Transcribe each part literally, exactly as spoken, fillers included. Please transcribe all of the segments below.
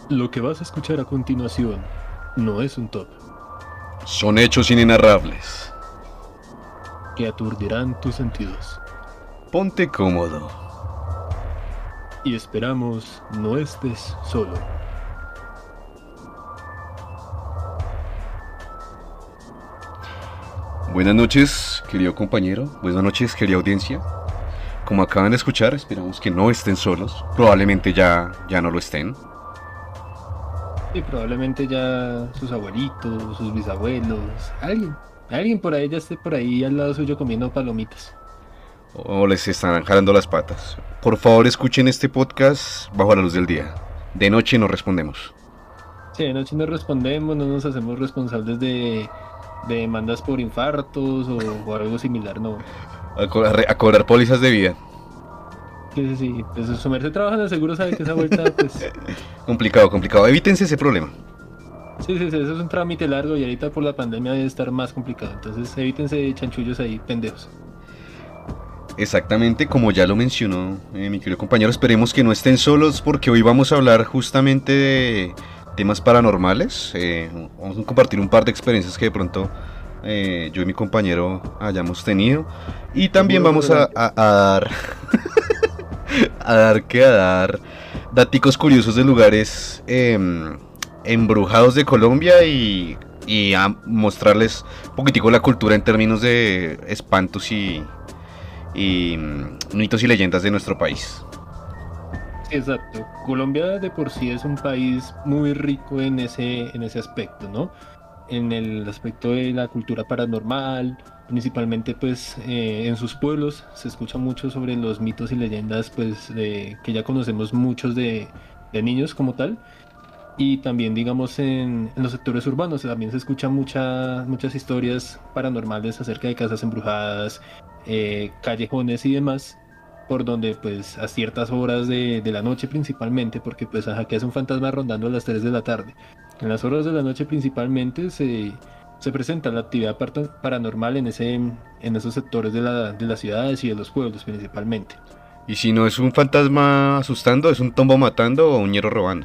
Lo que vas a escuchar a continuación no es un top Son hechos inenarrables. que aturdirán tus sentidos Ponte cómodo. y esperamos no estés solo. Buenas noches, querido compañero. Buenas noches, querida audiencia. Como acaban de escuchar, esperamos que no estén solos. Probablemente ya, ya no lo estén. Y probablemente ya sus abuelitos, sus bisabuelos, alguien, alguien por ahí ya esté por ahí al lado suyo comiendo palomitas. O les están jalando las patas. Por favor, escuchen este podcast bajo la luz del día. De noche no respondemos. Sí, de noche no respondemos, no nos hacemos responsables de, de demandas por infartos o, o algo similar, no. A, co a, a cobrar pólizas de vida. Sí, sí, sí. Pues su merced trabaja en el seguro, sabe que esa vuelta, pues. Complicado, complicado. Evítense ese problema. Sí, sí, sí, eso es un trámite largo y ahorita por la pandemia debe estar más complicado. Entonces evítense chanchullos ahí, pendejos. Exactamente, como ya lo mencionó eh, mi querido compañero, esperemos que no estén solos porque hoy vamos a hablar justamente de temas paranormales. Eh, vamos a compartir un par de experiencias que de pronto eh, yo y mi compañero hayamos tenido. Y también vamos a, a, a dar... a dar que a dar daticos curiosos de lugares eh, embrujados de Colombia y, y a mostrarles un poquitico la cultura en términos de espantos y... y mitos y leyendas de nuestro país. Sí, exacto. Colombia de por sí es un país muy rico en ese, en ese aspecto, ¿no? En el aspecto de la cultura paranormal, principalmente pues eh, en sus pueblos se escucha mucho sobre los mitos y leyendas pues de, que ya conocemos muchos de, de niños como tal. Y también, digamos, en, en los sectores urbanos también se escuchan mucha, muchas historias paranormales acerca de casas embrujadas, eh, callejones y demás, por donde pues a ciertas horas de, de la noche principalmente, porque pues ajá, que es un fantasma rondando a las tres de la tarde. En las horas de la noche principalmente se, se presenta la actividad parta- paranormal en, ese, en esos sectores de, la, de las ciudades y de los pueblos principalmente. Y si no es un fantasma asustando, es un tombo matando o un ñero robando.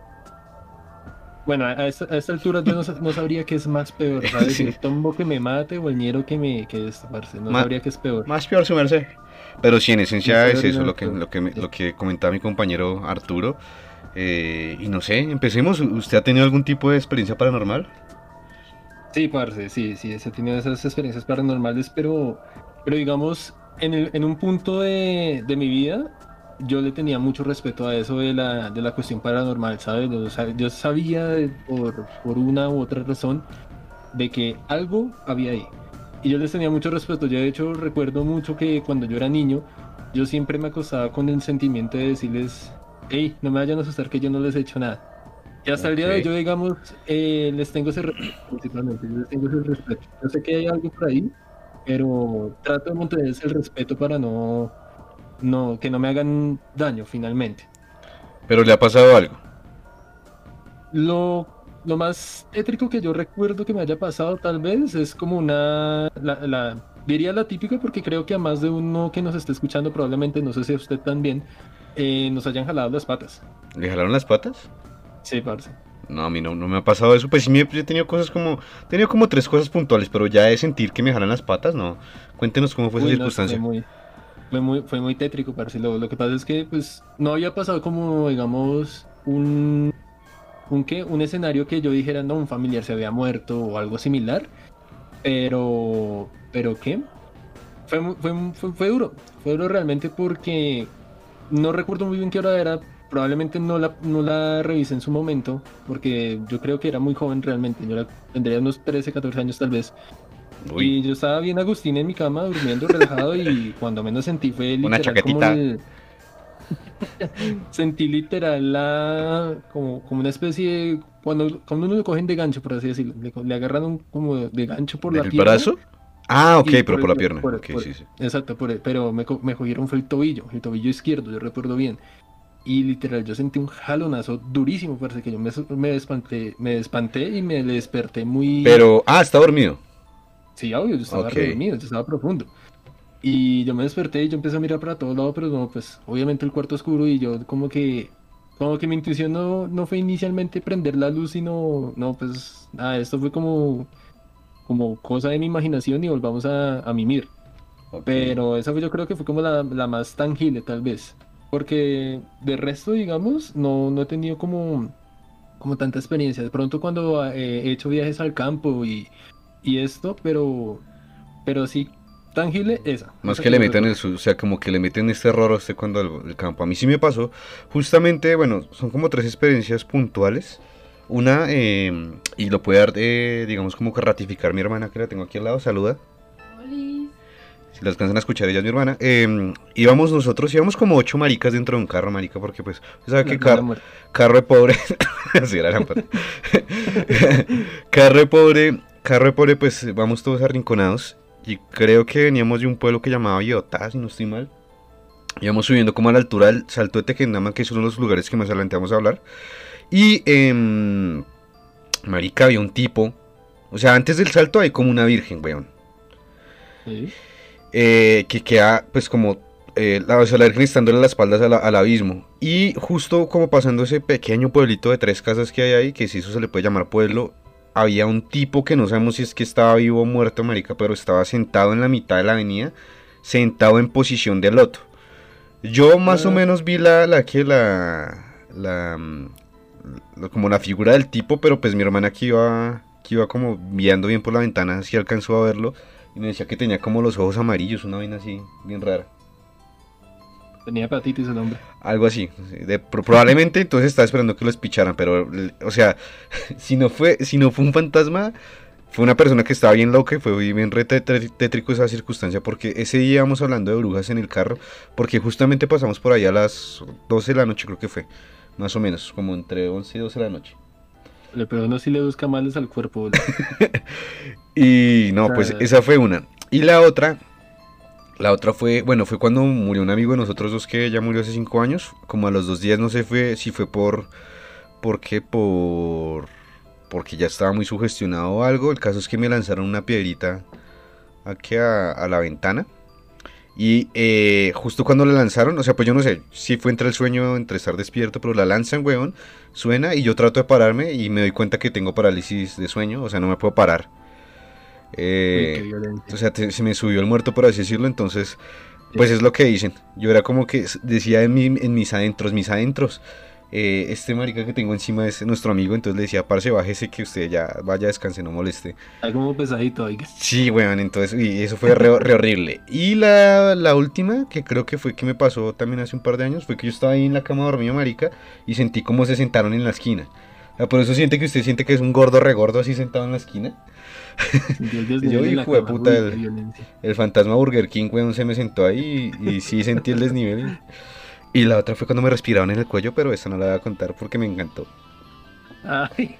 Bueno, a a esta, a esta altura yo no, sa- no sabría qué es más peor, ¿sabes? Si Sí. el tombo que me mate o el ñero que me que desaparece. No Ma- sabría qué es peor. más peor su merced. Pero sí, en No es esencia es peor y eso no es lo que, peor. lo que, me- Sí. lo que comentaba mi compañero Arturo. Eh, y no sé, empecemos. ¿Usted ha tenido algún tipo de experiencia paranormal? Sí, parce, sí, sí, he tenido esas experiencias paranormales, pero, pero digamos, en, el- en un punto de, de mi vida, yo le tenía mucho respeto a eso de la, de la cuestión paranormal, ¿sabes? Yo, sa- yo sabía de- por, por una u otra razón de que algo había ahí. Y yo les tenía mucho respeto. Yo de hecho recuerdo mucho que cuando yo era niño, yo siempre me acostaba con el sentimiento de decirles, hey, no me vayan a asustar que yo no les he hecho nada. Y hasta el día de hoy Ok. yo, digamos, eh, les tengo ese respeto, principalmente, yo les tengo ese respeto. Yo sé que hay algo por ahí, pero trato de mantener ese respeto para no, no, que no me hagan daño finalmente. Pero le ha pasado algo. Lo, lo más tétrico que yo recuerdo que me haya pasado, tal vez, es como una, la, la- diría la típica, porque creo que a más de uno que nos esté escuchando, probablemente, no sé si a usted también, eh, nos hayan jalado las patas. ¿Le jalaron las patas? Sí, parce. No, a mí no, no me ha pasado eso. Pues sí, me, he tenido cosas como. He tenido como tres cosas puntuales, pero ya de sentir que me jalan las patas, no. Cuéntenos cómo fue esa Uy, no, es que fue circunstancia. muy, fue muy, fue muy tétrico, parce. Lo, lo que pasa es que, pues, no había pasado como, digamos, un, un qué, un escenario que yo dijera, no, un familiar se había muerto o algo similar, pero, pero ¿qué? Fue, mu- fue, mu- fue, fue duro, fue duro realmente porque no recuerdo muy bien qué hora era, probablemente no la, no la revisé en su momento, porque yo creo que era muy joven realmente, yo era- tendría unos trece catorce años tal vez, Uy, y yo estaba bien Agustín en mi cama, durmiendo relajado, y cuando menos sentí fue una literal como chaquetita. el, sentí literal la, como, como una especie de, cuando, cuando uno lo cogen de gancho, por así decirlo, le, le agarran un- como de gancho por la ¿Del pierna. brazo? Ah, ok, Y pero por por el, la pierna. por, Ok, por- sí, sí. exacto, por el- pero me, co- me cogieron fue el tobillo, el tobillo izquierdo, yo recuerdo bien. Y literal, yo sentí un jalonazo durísimo, parece que yo me, me espanté, me espanté y me desperté muy, Pero, ah, está dormido. sí, obvio, yo estaba Ok. redormido, yo estaba profundo. Y yo me desperté y yo empecé a mirar para todos lados, pero no, pues obviamente el cuarto oscuro y yo como que como que mi intuición no, no fue inicialmente prender la luz, sino, no, pues, nada, esto fue como, como cosa de mi imaginación y volvamos a, a mimir. Ok. Pero esa fue, yo creo que fue como la, la más tangible, tal vez. Porque de resto, digamos, no, no he tenido como, como tanta experiencia. De pronto cuando eh, he hecho viajes al campo y, y esto, pero, pero sí, tangible, esa, Más esa que que le yo meten el, recuerdo. su- o sea, como que le meten este error a usted cuando el, el campo. A mí sí me pasó. Justamente, bueno, son como tres experiencias puntuales. Una, eh, y lo puede dar, eh, digamos, como que ratificar mi hermana que la tengo aquí al lado. Saluda. Olis. Si la alcanzan a escuchar, ella es mi hermana. Eh, íbamos nosotros, íbamos como ocho maricas dentro de un carro, marica, porque pues, usted sabe La que hermana car- muerta. carro de pobre. Así era la lámpara. Carro de pobre, carro de pobre, pues vamos todos arrinconados. Y creo que veníamos de un pueblo que llamaba Biotá, si no estoy mal. Íbamos subiendo como a la altura del Salto de Tequendama, que es uno de los lugares que más adelante vamos a hablar. Y, eh, marica, había un tipo. O sea, antes del salto hay como una virgen, weón. Sí. Eh, que queda, pues, como. Eh, la, o sea, la virgen estando en las espaldas al, al abismo. Y justo como pasando ese pequeño pueblito de tres casas que hay ahí, que si eso se le puede llamar pueblo. Había un tipo que no sabemos si es que estaba vivo o muerto, marica, pero estaba sentado en la mitad de la avenida, sentado en posición de loto. Yo más o Ah, menos vi la, la que la, la, mm, la- como la figura del tipo, pero pues mi hermana que iba, que iba como viendo bien por la ventana, sí alcanzó a verlo y me decía que tenía como los ojos amarillos, una vaina así, bien rara. tenía hepatitis el hombre. Algo así, de- pro- probablemente entonces estaba esperando que lo espicharan, pero, o sea, si no fue, si no fue un fantasma, fue una persona que estaba bien loca y fue bien re tet- tétrico esa circunstancia, porque ese día íbamos hablando de brujas en el carro, porque justamente pasamos por allá a las doce de la noche, creo que fue, más o menos, como entre once y doce de la noche. Le pero uno sí le busca males al cuerpo, boludo. Y O no, pues sea, esa fue una. Y la otra, la otra fue, bueno, fue cuando murió un amigo de nosotros dos que ya murió hace cinco años, como a los dos días, no sé fue, si fue por, ¿por qué? Por, porque ya estaba muy sugestionado o algo. El caso es que me lanzaron una piedrita aquí a, a la ventana. Y eh, justo cuando la lanzaron, o sea, pues yo no sé si fue entre el sueño, entre estar despierto, pero la lanzan, weón, suena y yo trato de pararme y me doy cuenta que tengo parálisis de sueño, o sea, no me puedo parar. uy, qué Eh, o violencia. sea, te- se me subió el muerto, por así decirlo, entonces, pues Sí. es lo que dicen. Yo era como que s- decía en, mi- en mis adentros, mis adentros, eh, este marica que tengo encima es nuestro amigo, entonces le decía, parce, bájese que usted ya vaya, descanse, no moleste. Está como pesadito, oiga. Sí, weón, entonces, y eso fue re, re horrible. Y la, la última, que creo que fue que me pasó también hace un par de años, fue que yo estaba ahí en la cama dormido, marica, y sentí como se sentaron en la esquina. O sea, por eso siente que usted siente que es un gordo regordo así sentado en la esquina. Sintió el Yo, desnivel en la hijo de cama. puta, Uy, qué el, violencia. el fantasma Burger King, weón, se me sentó ahí y, y sí sentí el desnivel. Y la otra fue cuando me respiraron en el cuello, pero esa no la voy a contar porque me encantó. Ay,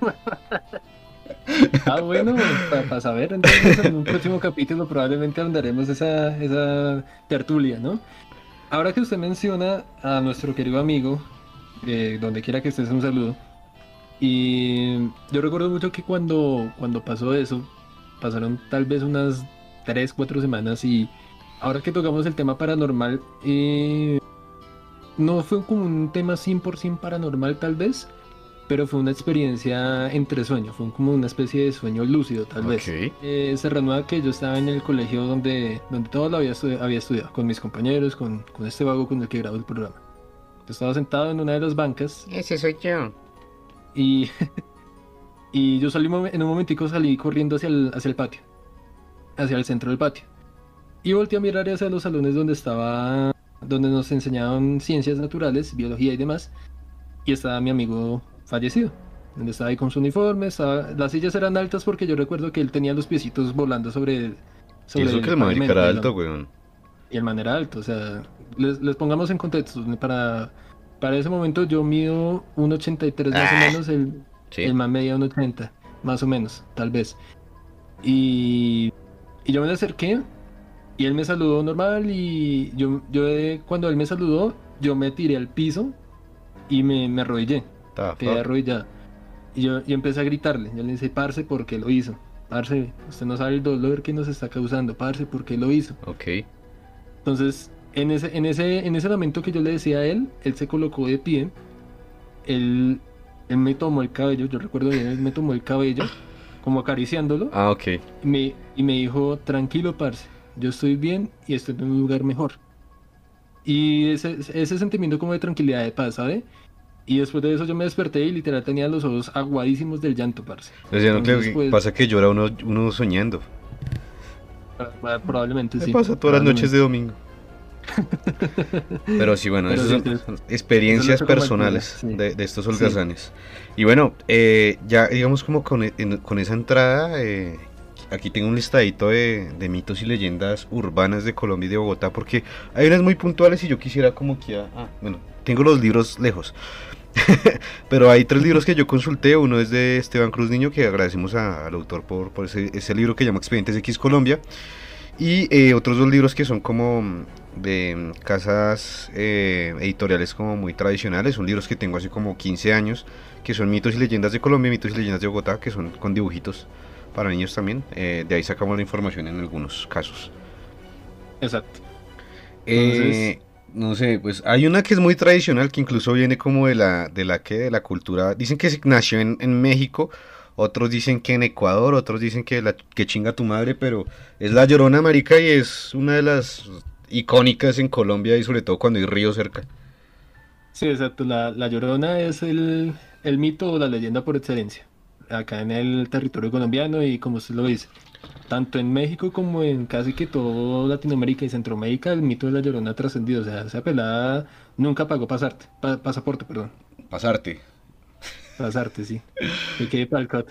ah, bueno, para saber, entonces en un próximo capítulo probablemente andaremos esa, esa tertulia, ¿no? Ahora que usted menciona a nuestro querido amigo, eh, donde quiera que estés, un saludo. Y yo recuerdo mucho que cuando, cuando pasó eso, pasaron tal vez unas tres, cuatro semanas y ahora que tocamos el tema paranormal, eh, no fue como un tema cien por ciento paranormal tal vez, pero fue una experiencia entre sueños, fue como una especie de sueño lúcido tal vez. Ok. Eh, se reanuda que yo estaba en el colegio donde, donde todo lo había, estu- había estudiado, con mis compañeros, con, con este vago con el que grabo el programa. Yo estaba sentado en una de las bancas Ese soy yo. y, y yo salí un momen- en un momentico salí corriendo hacia el, hacia el patio, hacia el centro del patio. Y volteé a mirar hacia los salones donde estaba, donde nos enseñaban ciencias naturales, biología y demás. Y estaba mi amigo fallecido, donde estaba ahí con su uniforme, estaba... las sillas eran altas porque yo recuerdo que él tenía los piecitos volando sobre el, Y sobre eso que el el marica pavimento era y alto, el, weón. y el man era alto, o sea, les, les pongamos en contexto, para, para ese momento yo mido uno ochenta y tres más o Ah, menos, el, sí. el man medía uno ochenta más o menos, tal vez. Y, y yo me le acerqué y él me saludó normal y yo, yo eh, cuando él me saludó, yo me tiré al piso y me, me arrodillé, The quedé fuck. arrodillado. Y yo, yo empecé a gritarle, yo le dije, parce, ¿por qué lo hizo? Parce, usted no sabe el dolor que nos está causando, parce, ¿por qué lo hizo? Ok. Entonces, en ese, en ese, en ese momento que yo le decía a él, él se colocó de pie él, él me tomó el cabello, yo recuerdo bien, él me tomó el cabello, como acariciándolo, Ah, ok. y me, y me dijo, tranquilo, parce, yo estoy bien y estoy en un lugar mejor. Y ese, ese sentimiento como de tranquilidad, de paz, ¿sabe? Y después de eso yo me desperté y literal tenía los ojos aguadísimos del llanto, parce. O sea, no creo Entonces, que pues, pasa que llora uno, uno soñando. ah, probablemente Me sí, pasa todas las noches de probablemente. domingo. Pero sí, bueno, Pero esas sí, son, entonces, son eso es lo experiencias que como el cura, personales sí, de, de estos sí. holgazanes. Y bueno, eh, ya digamos como con, e- en- con esa entrada, eh, aquí tengo un listadito de, de mitos y leyendas urbanas de Colombia y de Bogotá, porque hay unas muy puntuales y yo quisiera como que... ah, ah, bueno, tengo los libros lejos, pero hay tres libros que yo consulté. Uno es de Esteban Cruz Niño, que agradecemos a- al autor por, por ese, ese libro que llama Expedientes X Colombia. Y eh, otros dos libros que son como mm, de mm, casas eh, editoriales como muy tradicionales. Son libros que tengo hace como quince años, que son Mitos y Leyendas de Colombia, Mitos y Leyendas de Bogotá, que son con dibujitos para niños también. Eh, de ahí sacamos la información en algunos casos. Exacto. Entonces, Eh, no sé, pues hay una que es muy tradicional, que incluso viene como de la, de la que, de la cultura. Dicen que se- nació en, en México, otros dicen que en Ecuador, otros dicen que la que chinga tu madre, pero es la Llorona, marica, y es una de las icónicas en Colombia y sobre todo cuando hay río cerca. sí, exacto. La, la Llorona es el, el mito o la leyenda por excelencia, acá en el territorio colombiano y como usted lo dice, tanto en México como en casi que todo Latinoamérica y Centroamérica, el mito de la Llorona ha trascendido. O sea, esa pelada nunca pagó pasarte, pa- pasaporte, perdón. Pasarte. Pasarte, sí. Que quede para el cot.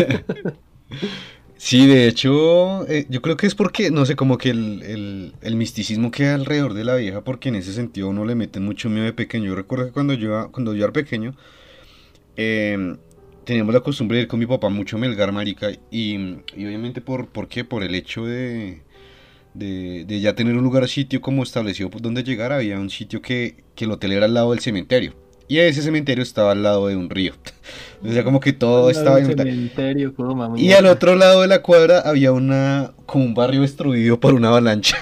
Sí, de hecho, eh, yo creo que es porque, no sé, como que el, el, el misticismo queda alrededor de la vieja, porque en ese sentido uno le mete mucho miedo de pequeño. Yo recuerdo que cuando yo, era- cuando yo era pequeño, eh, teníamos la costumbre de ir con mi papá mucho a Melgar, marica, y, y obviamente por, ¿por qué? Por el hecho de, de, de ya tener un lugar sitio como establecido por donde llegar, había un sitio que, que el hotel era al lado del cementerio. Y ese cementerio estaba al lado de un río. O sea, como que todo Al lado de estaba un en... cementerio, coma Y al muñeca. otro lado de la cuadra había una como un barrio destruido por una avalancha.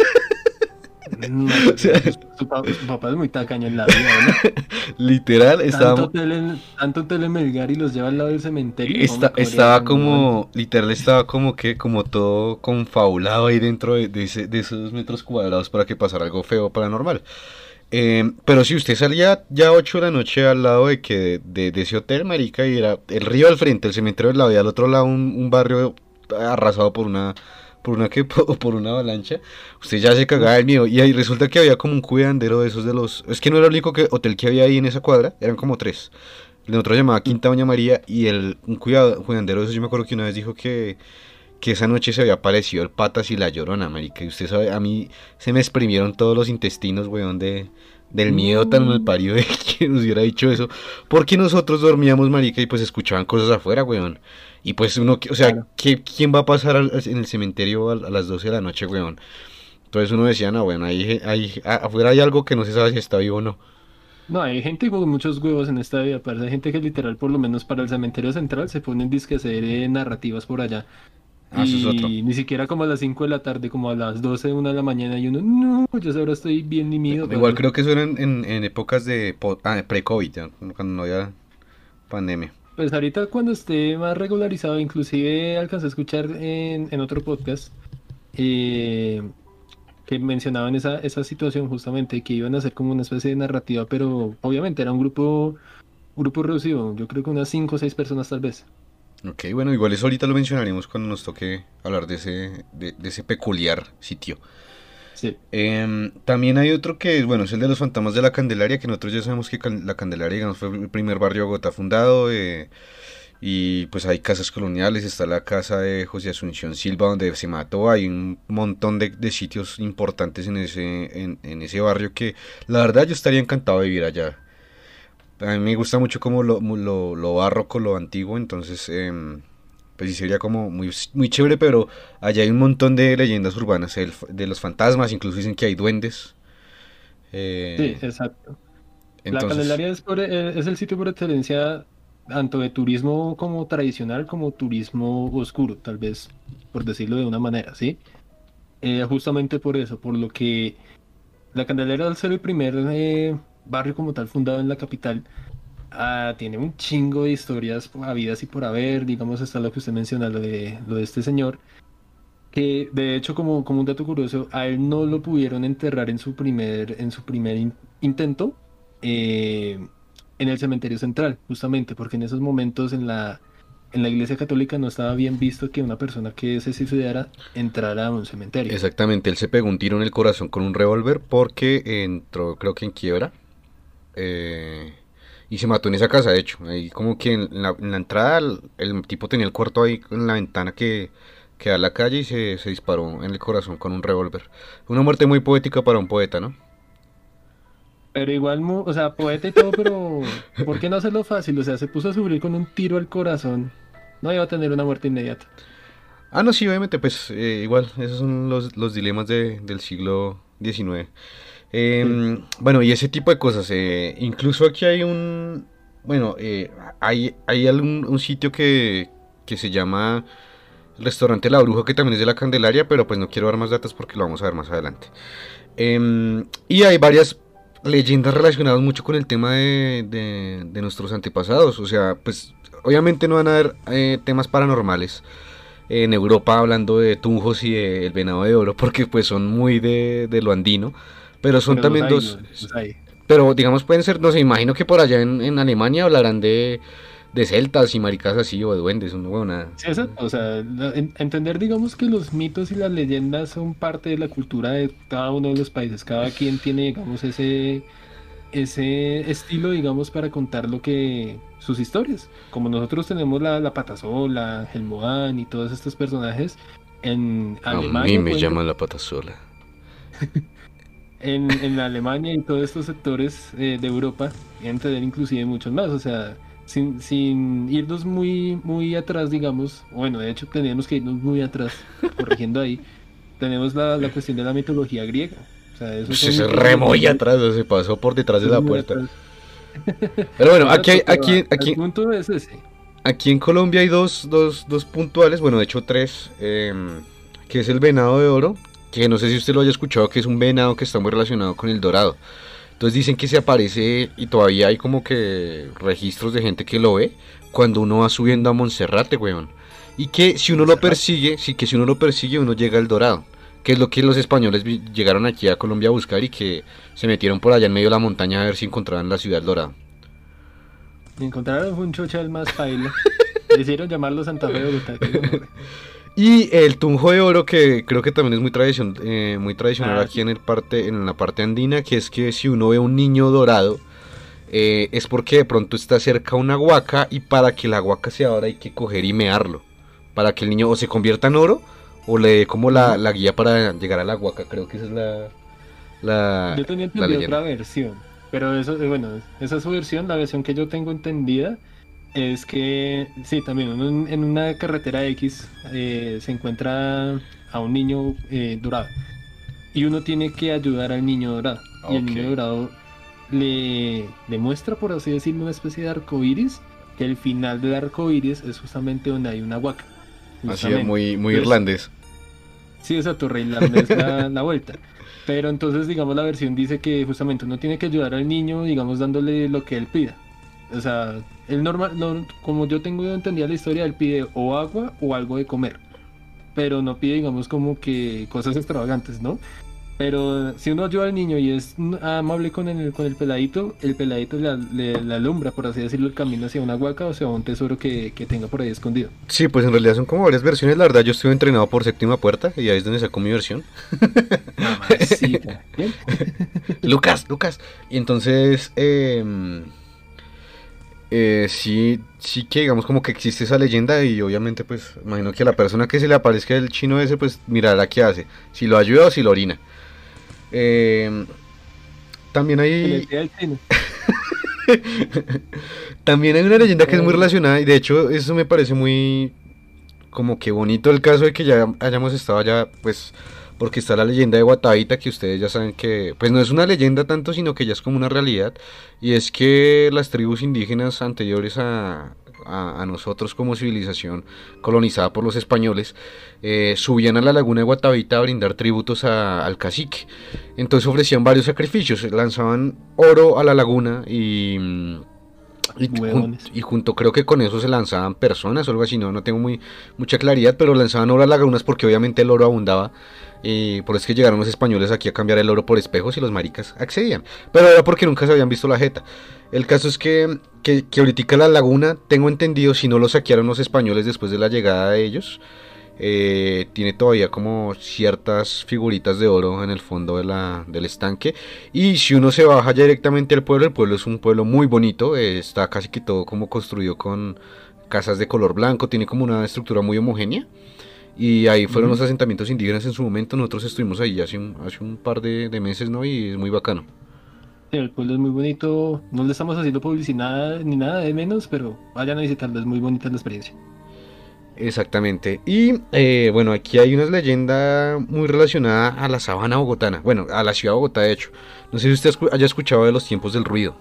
No, O sea, pero su, su pa- su papá es muy tacaño en la vida, ¿no? literal, Tanto estábamos, hotel en, tanto hotel en Melgar y los lleva al lado del cementerio. No me esta- cabría estaba en ningún momento. como, literal, estaba como que, como todo confabulado ahí dentro de, de ese- de esos metros cuadrados para que pasara algo feo paranormal. Eh, pero si usted salía ya ocho de la noche al lado de que de, de ese hotel, marica, y era el río al frente, el cementerio al lado y al otro lado un, un barrio arrasado por una por una que por una avalancha, usted ya se cagaba Uf, del miedo. Y ahí resulta que había como un cuidandero de esos de los, es que no era el único que, hotel que había ahí en esa cuadra, eran como tres. El otro llamaba Quinta Doña María y el un cuidado, cuidandero de esos, yo me acuerdo que una vez dijo que que esa noche se había aparecido el Patas y la Llorona, marica. Y usted sabe, a mí se me exprimieron todos los intestinos, weón, de, del miedo tan mal mm, parido de que nos hubiera dicho eso. Porque nosotros dormíamos, marica, y pues escuchaban cosas afuera, weón. Y pues uno, o sea, claro. ¿qué, ¿quién va a pasar al- en el cementerio a, a las doce de la noche, weón? Entonces uno decía, no, bueno, ahí, ahí, a- afuera hay algo que no se sabe si está vivo o no. No, hay gente con muchos huevos en esta vida. Parece hay gente que literal, por lo menos para el cementerio central, se ponen disque a hacer eh, narrativas por allá. Ah, eso es otro. Y ni siquiera como a las cinco de la tarde, como a las doce, una de la mañana, y uno, no, yo ahora estoy bien mimido, Igual parce. creo que eso era en, en, en épocas de po- ah, pre-COVID, ya, cuando no había pandemia. Pues ahorita cuando esté más regularizado, inclusive alcancé a escuchar en, en otro podcast eh, que mencionaban esa, esa situación justamente, que iban a hacer como una especie de narrativa, pero obviamente era un grupo, grupo reducido, yo creo que unas cinco o seis personas tal vez. Ok, bueno, igual eso ahorita lo mencionaremos cuando nos toque hablar de ese, de, de ese peculiar sitio. Sí, Em, también hay otro que es, bueno, es el de los fantasmas de la Candelaria, que nosotros ya sabemos que Can- la Candelaria, digamos, fue el primer barrio de Bogotá fundado, eh, y pues hay casas coloniales, está la casa de José Asunción Silva donde se mató, hay un montón de, de sitios importantes en ese, en, en ese barrio que la verdad yo estaría encantado de vivir allá. A mí me gusta mucho como lo, mu- lo, lo barroco, lo antiguo, entonces em, pues sí sería como muy, muy chévere, pero allá hay un montón de leyendas urbanas el f- de los fantasmas, incluso dicen que hay duendes. sí, eh, exacto. La entonces, Candelaria es, por- eh, es el sitio por excelencia tanto de turismo como tradicional como turismo oscuro, tal vez, por decirlo de una manera, ¿sí? Eh, justamente por eso, por lo que la Candelaria, al ser el primer eh, barrio como tal fundado en la capital, Ah, tiene un chingo de historias habidas y por haber, digamos, está lo que usted menciona, lo de, lo de este señor, que de hecho, como, como un dato curioso, a él no lo pudieron enterrar en su primer, en su primer in- intento eh, en el cementerio central, justamente, porque en esos momentos en la, en la Iglesia Católica no estaba bien visto que una persona que se suicidara entrara a un cementerio. Exactamente, él se pegó un tiro en el corazón con un revólver porque entró, creo que en quiebra. eh, y se mató en esa casa, de hecho. Ahí como que en la, en la entrada el, el tipo tenía el cuarto ahí en la ventana que, que da a la calle y se, se disparó en el corazón con un revólver. Una muerte muy poética para un poeta, ¿no? Pero igual, mu- o sea, poeta y todo, pero ¿por qué no hacerlo fácil? O sea, se puso a sufrir con un tiro al corazón. No iba a tener una muerte inmediata. Ah, no, sí, obviamente, pues eh, igual, esos son los, los dilemas de- del siglo diecinueve. Sí. Em, bueno, y ese tipo de cosas. eh, incluso aquí hay un... Bueno, eh, hay, hay algún, un sitio que, que se llama el Restaurante La Bruja, que también es de la Candelaria, pero pues no quiero dar más datos porque lo vamos a ver más adelante. Em, y hay varias leyendas relacionadas mucho con el tema de, de- de nuestros antepasados. O sea, pues obviamente no van a haber eh, temas paranormales en Europa hablando de tunjos y del venado de oro, porque pues son muy de, de lo andino, pero son Pero los también hay, dos, los, los hay. pero digamos pueden ser, no sé, imagino que por allá en, en Alemania hablarán de, de celtas y maricas así, o de duendes, una huevona. Sí, exacto. O sea, la- en- entender, digamos, que los mitos y las leyendas son parte de la cultura de cada uno de los países. Cada quien tiene, digamos, ese, ese estilo, digamos, para contar lo que, sus historias. Como nosotros tenemos la, la Patasola, el Moan y todos estos personajes, en A mí Alemania me pueden llaman la pata sola. En, en Alemania y todos estos sectores eh, de Europa, y entender inclusive muchos más, o sea, sin, sin irnos muy, muy atrás, digamos, bueno, de hecho teníamos que irnos muy atrás, corrigiendo ahí, tenemos la, la cuestión de la mitología griega, o sea, esos Se, son se mitos y remó y leyendas, atrás, se pasó por detrás de esos la muy puerta. atrás. Pero bueno, aquí, hay- Exacto, pero aquí, el aquí, punto es ese. aquí en Colombia hay dos, dos, dos puntuales, bueno, de hecho tres, eh, que es el venado de oro, que no sé si usted lo haya escuchado, que es un venado que está muy relacionado con el dorado. Entonces dicen que se aparece y todavía hay como que registros de gente que lo ve cuando uno va subiendo a Monserrate, weón. Y que si uno lo Montserrat. persigue, sí que si uno lo persigue uno llega al dorado. Que es lo que los españoles vi- llegaron aquí a Colombia a buscar y que se metieron por allá en medio de la montaña a ver si encontraban la ciudad del dorado. Encontraron un chochal más paila, le hicieron llamarlo Santa Fe de Bogotá, que gonorrea. Y el tunjo de oro, que creo que también es muy, tradicion- eh, muy tradicional Ah, aquí sí. en, el parte, en la parte andina, que es que si uno ve un niño dorado, eh, es porque de pronto está cerca una huaca y para que la huaca se abra hay que coger y mearlo. Para que el niño o se convierta en oro o le dé como la, Ujú. la guía para llegar a la huaca. Creo que esa es la, la, Yo tenía la entendido leyenda. otra versión, pero eso, eh, bueno, esa es su versión, la versión que yo tengo entendida es que, sí, también uno en, en una carretera X eh, se encuentra a un niño eh, dorado y uno tiene que ayudar al niño dorado y el Ok. niño dorado le demuestra, por así decirlo, una especie de arco iris, que el final del arco iris es justamente donde hay una huaca, Así justamente. muy, muy Entonces, irlandés. sí, esa Torre Irlanda es la, la vuelta. Pero entonces, digamos, la versión dice que justamente uno tiene que ayudar al niño, digamos, dándole lo que él pida. O sea, él normal, no, como yo tengo entendida la historia, él pide o agua o algo de comer, pero no pide, digamos, como que cosas extravagantes, ¿no? Pero si uno ayuda al niño y es mm, amable con el, con el peladito, el peladito le, le- le alumbra, por así decirlo, el camino hacia una huaca o hacia un tesoro que, que tenga por ahí escondido. Sí, pues en realidad son como varias versiones. La verdad, yo estuve entrenado por Séptima Puerta y ahí es donde sacó mi versión. Mamacita. ¿Bien? Lucas, Lucas. Y entonces, eh, eh, sí, sí que digamos como que existe esa leyenda y obviamente pues imagino que a la persona que se le aparezca el chino ese pues mirará qué hace, si lo ayuda o si lo orina. Eh, también Que le hay pida el chino. también hay una leyenda que es muy Ay, relacionada y de hecho eso me parece muy como que bonito el caso de que ya hayamos estado allá, pues, porque está la leyenda de Guatavita, que ustedes ya saben que, pues no es una leyenda tanto, sino que ya es como una realidad, y es que las tribus indígenas anteriores a, a, a nosotros como civilización colonizada por los españoles, eh, subían a la laguna de Guatavita a brindar tributos a- al cacique. Entonces ofrecían varios sacrificios, lanzaban oro a la laguna y... mm, Y, jun- Huevones. y junto creo que con eso se lanzaban personas o algo así, no, no tengo muy mucha claridad, pero lanzaban oro a lagunas porque obviamente el oro abundaba. Y por eso es que llegaron los españoles aquí a cambiar el oro por espejos y los maricas accedían. Pero era porque nunca se habían visto la jeta. El caso es que, que, que ahorita la laguna, tengo entendido, si no lo saquearon los españoles después de la llegada de ellos, eh, tiene todavía como ciertas figuritas de oro en el fondo de la, del estanque. Y si uno se baja ya directamente al pueblo, el pueblo es un pueblo muy bonito, eh, está casi que todo como construido con casas de color blanco, tiene como una estructura muy homogénea. Y ahí fueron Ujú. los asentamientos indígenas en su momento, nosotros estuvimos ahí hace un, hace un par de, de meses, ¿no? Y es muy bacano. Sí, el pueblo es muy bonito. No le estamos haciendo publicidad ni nada de menos, pero vayan a visitarlo, es muy bonita la experiencia. Exactamente. Y eh, bueno, aquí hay una leyenda muy relacionada a la sabana bogotana. Bueno, a la ciudad de Bogotá, de hecho. No sé si usted escu- haya escuchado de los tiempos del ruido.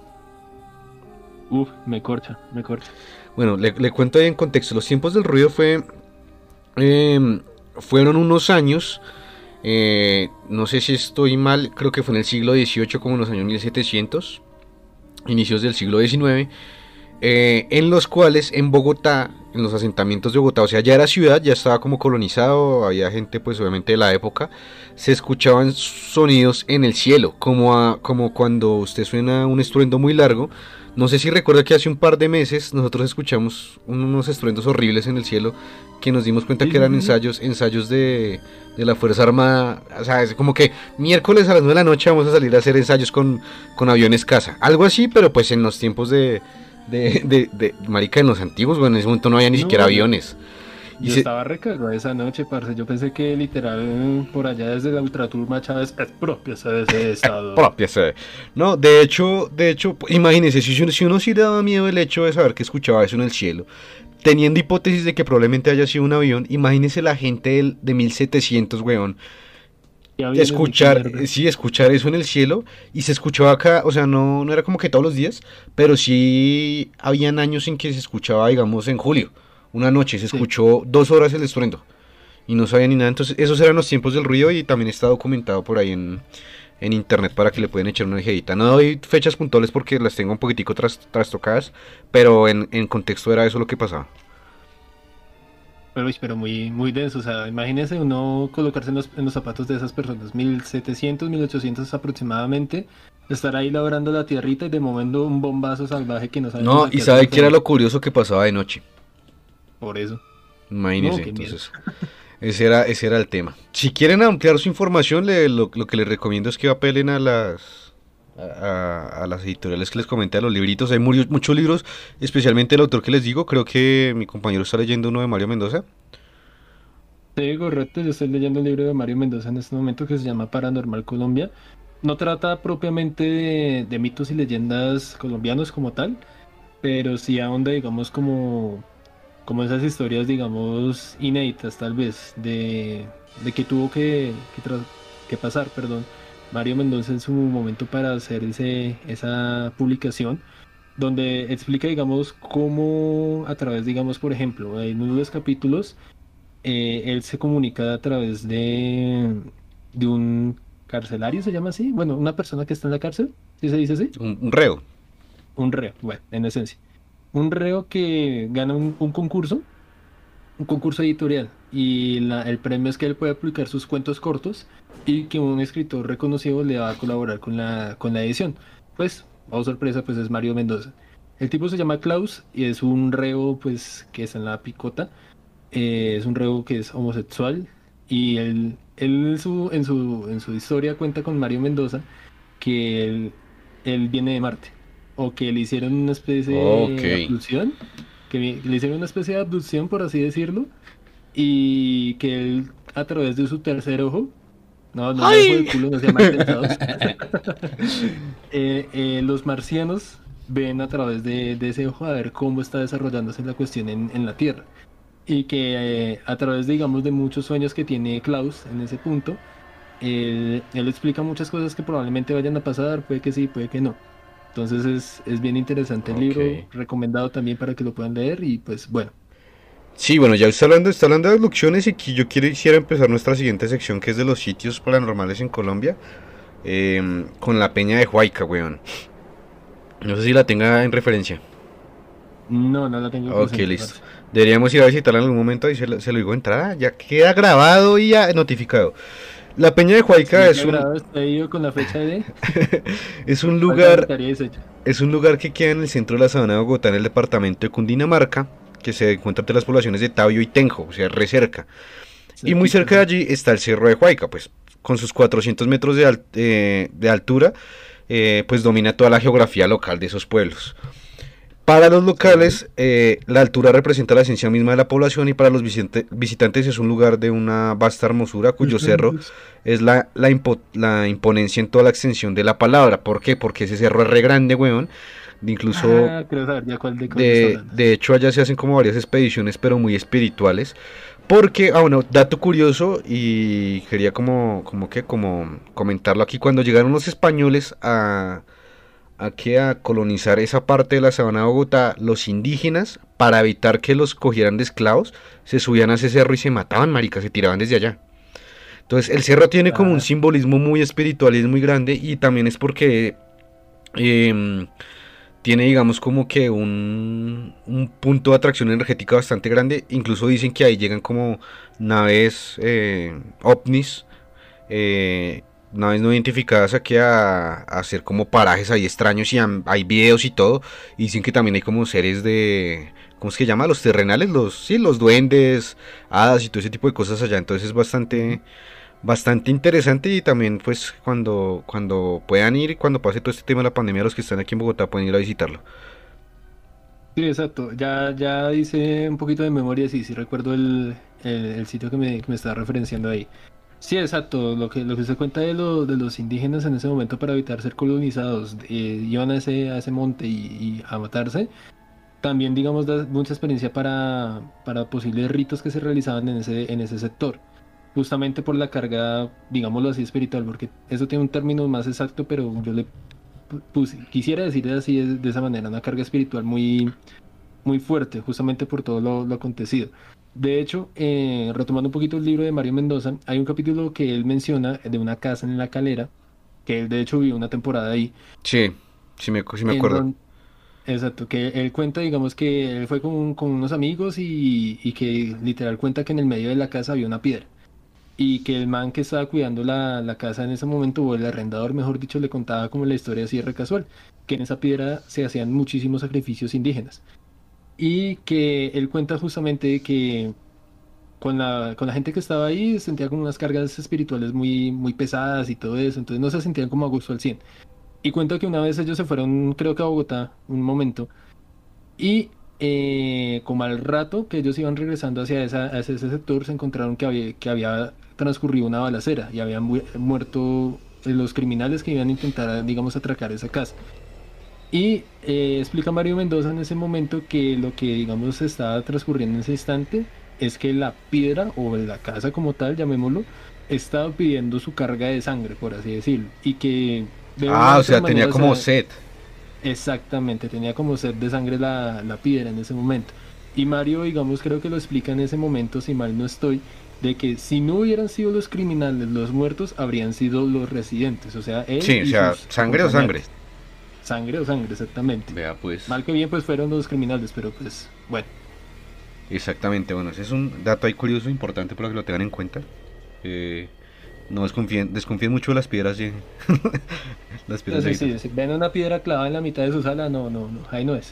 Uf, me corcha, me corcha. Bueno, le, le cuento ahí en contexto. Los tiempos del ruido fue, eh, fueron unos años. eh, no sé si estoy mal, creo que fue en el siglo dieciocho, como en los años mil setecientos, inicios del siglo diecinueve. eh, en los cuales en Bogotá, en los asentamientos de Bogotá, o sea, ya era ciudad, ya estaba como colonizado, había gente pues obviamente de la época, se escuchaban sonidos en el cielo, como, a, como cuando usted suena un estruendo muy largo. No sé si recuerda que hace un par de meses nosotros escuchamos unos estruendos horribles en el cielo que nos dimos cuenta Sí, que sí, eran sí, sí. ensayos, ensayos de, de la Fuerza Armada. O sea, es como que miércoles a las nueve de la noche vamos a salir a hacer ensayos con, con aviones caza. Algo así, pero pues en los tiempos de, de, de, de, marica, en los antiguos, bueno, en ese momento no había ni siquiera No, yo, aviones. Y yo se, estaba recagado esa noche, parce. Yo pensé que literal por allá desde la Ultraturma Chávez expropiase de ese estado. propia sede. No, de hecho, de hecho, imagínense, si, si uno sí le daba miedo el hecho de saber que escuchaba eso en el cielo, teniendo hipótesis de que probablemente haya sido un avión, imagínense la gente del, de mil setecientos, weón, ¿Qué aviones ni qué escuchar, mierda? sí, escuchar eso en el cielo, y se escuchaba acá, o sea, no, no era como que todos los días, pero sí habían años en que se escuchaba, digamos, en julio, una noche se Sí. escuchó dos horas el estruendo, y no sabía ni nada, entonces esos eran los tiempos del ruido y también está documentado por ahí en, en internet para que le pueden echar una ojeadita. No doy fechas puntuales porque las tengo un poquitico tras, trastocadas, pero en, en contexto era eso lo que pasaba. Pero, uy, pero muy, muy denso. O sea, imagínese uno colocarse en los, en los zapatos de esas personas, mil setecientos mil ochocientos aproximadamente, estar ahí labrando la tierrita y de momento un bombazo salvaje que no sabemos No, a y qué hace sabe qué era referencia. lo curioso que pasaba de noche. Por eso. No, Imagínese, qué miedo. entonces, ese era, ese era el tema. Si quieren ampliar su información, le- lo, lo que les recomiendo es que apelen a las a, a las editoriales que les comenté, a los libritos. Hay muri- muchos libros, especialmente el autor que les digo. Creo que mi compañero está leyendo uno de Mario Mendoza. Sí, correcto. Yo estoy leyendo un libro de Mario Mendoza en este momento que se llama Paranormal Colombia. No trata propiamente de, de mitos y leyendas colombianos como tal, pero sí ahonda, digamos, como, como esas historias, digamos, inéditas tal vez, de, de que tuvo que, que, tra- que pasar, perdón, Mario Mendoza en su momento para hacer ese, esa publicación, donde explica, digamos, cómo a través, digamos, por ejemplo, en uno de los capítulos, eh, él se comunica a través de, de un carcelario, ¿se llama así? Bueno, una persona que está en la cárcel, ¿sí se dice así? Un, un reo. Un reo, bueno, en esencia. Un reo que gana un, un concurso, un concurso editorial, y la- el premio es que él puede publicar sus cuentos cortos y que un escritor reconocido le va a colaborar con la, con la edición. Pues, oh sorpresa, pues es Mario Mendoza. El tipo se llama Klaus y es un reo, pues, que está en la picota. Eh, es un reo que es homosexual y él, él en su, en su, en su historia cuenta con Mario Mendoza que él, él viene de Marte o que le hicieron una especie Ok. de abducción, que vi- le hicieron una especie de abducción, por así decirlo, y que él a través de su tercer ojo, no, no un ojo de ¡Ay! culo, no sean mal pensados, eh, eh, los marcianos ven a través de, de ese ojo a ver cómo está desarrollándose la cuestión en, en la Tierra. Y que eh, a través, digamos, de muchos sueños que tiene Klaus en ese punto, él, él explica muchas cosas que probablemente vayan a pasar, puede que sí, puede que no. Entonces es, es bien interesante el libro, Ok. recomendado también para que lo puedan leer y pues bueno, Sí, bueno, ya está hablando, está hablando de abducciones y que yo quiero, quisiera empezar nuestra siguiente sección que es de los sitios paranormales en Colombia. eh, con la Peña de Huayca, weón. No sé si la tenga en referencia. No, no la tengo Ok, presente, listo. parce. Deberíamos ir a visitarla en algún momento y se lo, se lo digo de entrada, ya queda grabado y ya notificado. La Peña de Huayca Sí, ya es un, grabado está ahí con la fecha de... es un Falta la lugar, tarea deshecha. es un lugar que queda en el centro de la sabana de Bogotá, en el departamento de Cundinamarca, que se encuentra entre las poblaciones de Tabio y Tenjo, o sea, re cerca. Y muy Cerquita, cerca de sí. allí está el Cerro de Huayca, pues con sus cuatrocientos metros de, al- eh, de altura, eh, pues domina toda la geografía local de esos pueblos. Para los Sí. locales, eh, la altura representa la esencia misma de la población y para los visite- visitantes es un lugar de una vasta hermosura cuyo cerro Visitantes. es la, la, impo- la imponencia en toda la extensión de la palabra. ¿Por qué? Porque ese cerro es re grande, weón. Incluso, Ah, creo saber ya cuál de cuál me está de, hablando. de hecho, allá se hacen como varias expediciones, pero muy espirituales. Porque, ah, bueno, dato curioso y quería como, como que, como comentarlo aquí. Cuando llegaron los españoles a a que a colonizar esa parte de la sabana de Bogotá, los indígenas, para evitar que los cogieran de esclavos, se subían a ese cerro y se mataban, marica, se tiraban desde allá. Entonces el cerro tiene como un Ah, simbolismo muy espiritual y es muy grande y también es porque eh, tiene digamos como que un, un punto de atracción energética bastante grande. Incluso dicen que ahí llegan como naves eh, ovnis eh, naves no identificadas aquí a, a hacer como parajes ahí extraños y han- hay videos y todo. Y dicen que también hay como seres de... ¿Cómo es que se llama? Los terrenales, los, sí, los duendes, hadas y todo ese tipo de cosas allá. Entonces es ujú. bastante, bastante interesante y también pues cuando, cuando puedan ir, cuando pase todo este tema de la pandemia, los que están aquí en Bogotá pueden ir a visitarlo. Sí, exacto. Ya, ya hice un poquito de memoria, sí, sí recuerdo el, el, el sitio que me, que me estaba referenciando ahí. Sí, exacto. Lo que, lo que se cuenta de, lo, de los indígenas en ese momento para evitar ser colonizados, eh, iban a ese, a ese monte y, y a matarse. También, digamos, da mucha experiencia para, para posibles ritos que se realizaban en ese, en ese sector. Justamente por la carga, digámoslo así, espiritual, porque eso tiene un término más exacto, pero yo le pu- puse, quisiera decir así de, de esa manera, una carga espiritual muy muy fuerte, justamente por todo lo, lo acontecido. De hecho, eh, retomando un poquito el libro de Mario Mendoza, hay un capítulo que él menciona de una casa en La Calera, que él de hecho vivió una temporada ahí, Sí, sí me, sí me en acuerdo. donde, exacto, que él cuenta, digamos, que él fue con, con unos amigos y, y que literal cuenta que en el medio de la casa había una piedra. Y que el man que estaba cuidando la, la casa en ese momento, o el arrendador, mejor dicho, le contaba como la historia así re casual, que en esa piedra se hacían muchísimos sacrificios indígenas y que él cuenta justamente de que con la, con la gente que estaba ahí sentía como unas cargas espirituales muy, muy pesadas y todo eso, entonces no se sentían como a gusto al cien. Y cuenta que una vez ellos se fueron, creo que a Bogotá, un momento, y eh, como al rato que ellos iban regresando hacia, esa, hacia ese sector, se encontraron que había, que había transcurrido una balacera y habían mu- muerto eh, los criminales que iban a intentar, digamos, atracar esa casa. Y eh, explica Mario Mendoza en ese momento que lo que, digamos, estaba transcurriendo en ese instante es que la piedra o la casa como tal, llamémoslo, estaba pidiendo su carga de sangre, por así decirlo, y que de una Ah, u o otra sea, tenía manera, o como sea, sed. exactamente, tenía como sed de sangre la, la piedra en ese momento. Y Mario, digamos, creo que lo explica en ese momento, si mal no estoy, de que si no hubieran sido los criminales los muertos, habrían sido los residentes, o sea, él Sí, o y sea, sus sangre o sangre. acompañantes. Sangre o sangre, exactamente. Vea pues. Mal que bien, pues fueron los criminales, pero pues, bueno. Exactamente, bueno, ese es un dato ahí curioso, importante para que lo tengan en cuenta. Eh, no desconfíen, desconfíen mucho de las piedras, de- las piedras Así negritas. sí, si ven una piedra clavada en la mitad de su sala, no, no, no, ahí no es.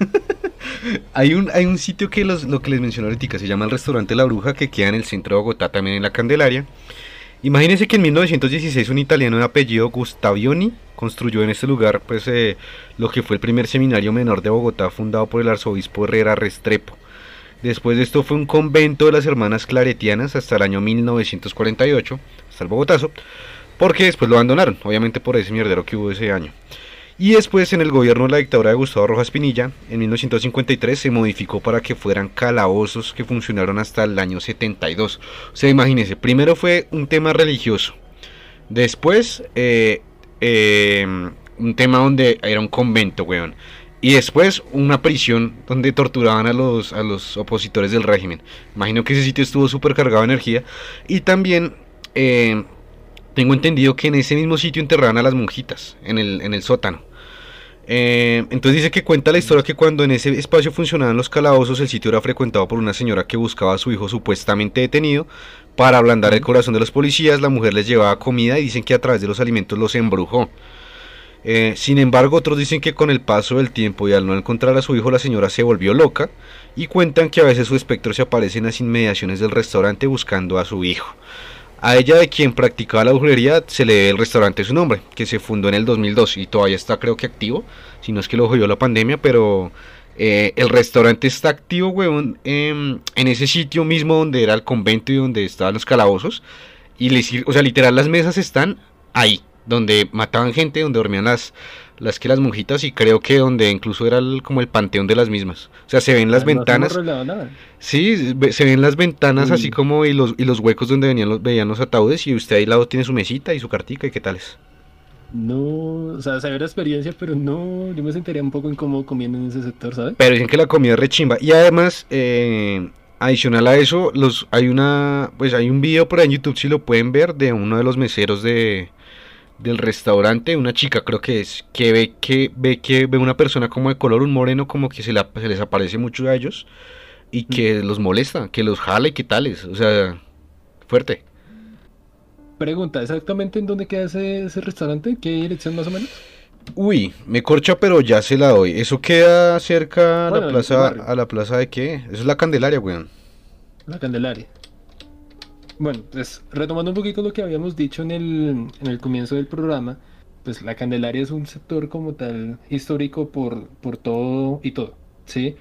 Hay un, hay un sitio que los, lo que les mencioné ahorita, se llama el restaurante La Bruja, que queda en el centro de Bogotá, también en la Candelaria. Imagínense que en mil novecientos dieciséis un italiano de apellido Gustavioni construyó en este lugar pues eh, lo que fue el primer seminario menor de Bogotá fundado por el arzobispo Herrera Restrepo. Después de esto fue un convento de las hermanas claretianas hasta el año mil novecientos cuarenta y ocho, hasta el Bogotazo, porque después lo abandonaron, obviamente por ese mierdero que hubo ese año. Y después en el gobierno de la dictadura de Gustavo Rojas Pinilla, en mil novecientos cincuenta y tres se modificó para que fueran calabozos que funcionaron hasta el año setenta y dos. O sea, imagínense, primero fue un tema religioso, después eh, eh, un tema donde era un convento, weón. Y después una prisión donde torturaban a los, a los opositores del régimen. Imagino que ese sitio estuvo súper cargado de energía. Y también eh, tengo entendido que en ese mismo sitio enterraban a las monjitas, en el, en el sótano. Eh, entonces dice que cuenta la historia que cuando en ese espacio funcionaban los calabozos, el sitio era frecuentado por una señora que buscaba a su hijo supuestamente detenido. Para ablandar el corazón de los policías, la mujer les llevaba comida y dicen que a través de los alimentos los embrujó. Eh, sin embargo, otros dicen que con el paso del tiempo y al no encontrar a su hijo, la señora se volvió loca y cuentan que a veces su espectro se aparece en las inmediaciones del restaurante buscando a su hijo. A ella, de quien practicaba la brujería, se le debe el restaurante su nombre, que se fundó en el dos mil dos y todavía está, creo que activo, si no es que lo jodió la pandemia, pero eh, el restaurante está activo, weón, eh, en ese sitio mismo donde era el convento y donde estaban los calabozos, y les, o sea, literal las mesas están ahí, donde mataban gente, donde dormían las, las que las monjitas, y creo que donde incluso era el, como el panteón de las mismas. O sea, se ven las Ah, no ventanas. hacemos relado nada. Sí, ve- se ven las ventanas así Uy, como y los, y los huecos donde venían los, veían los ataúdes, y usted ahí al lado tiene su mesita y su cartica y qué tales. no, o sea, saber la experiencia, pero no, yo me sentiría un poco incómodo comiendo en ese sector, ¿sabes? Pero dicen que la comida es rechimba. Y además, eh, adicional a eso, los, hay una, pues hay un video por ahí en YouTube, si lo pueden ver, de uno de los meseros de, del restaurante, una chica creo que es, que ve que ve que ve una persona como de color, un moreno, como que se, la, se les aparece mucho a ellos y Mm. que los molesta, que los jala y qué tales. O sea, fuerte. Pregunta, ¿exactamente en dónde queda ese, ese restaurante? ¿Qué dirección más o menos? Uy, me corcha, pero ya se la doy. Eso queda cerca a la Bueno, el, el plaza, barrio, a la plaza de qué? Eso es la Candelaria, weón. la Candelaria. Bueno, pues retomando un poquito lo que habíamos dicho en el, en el comienzo del programa, pues la Candelaria es un sector como tal histórico por, por todo y todo, ¿sí?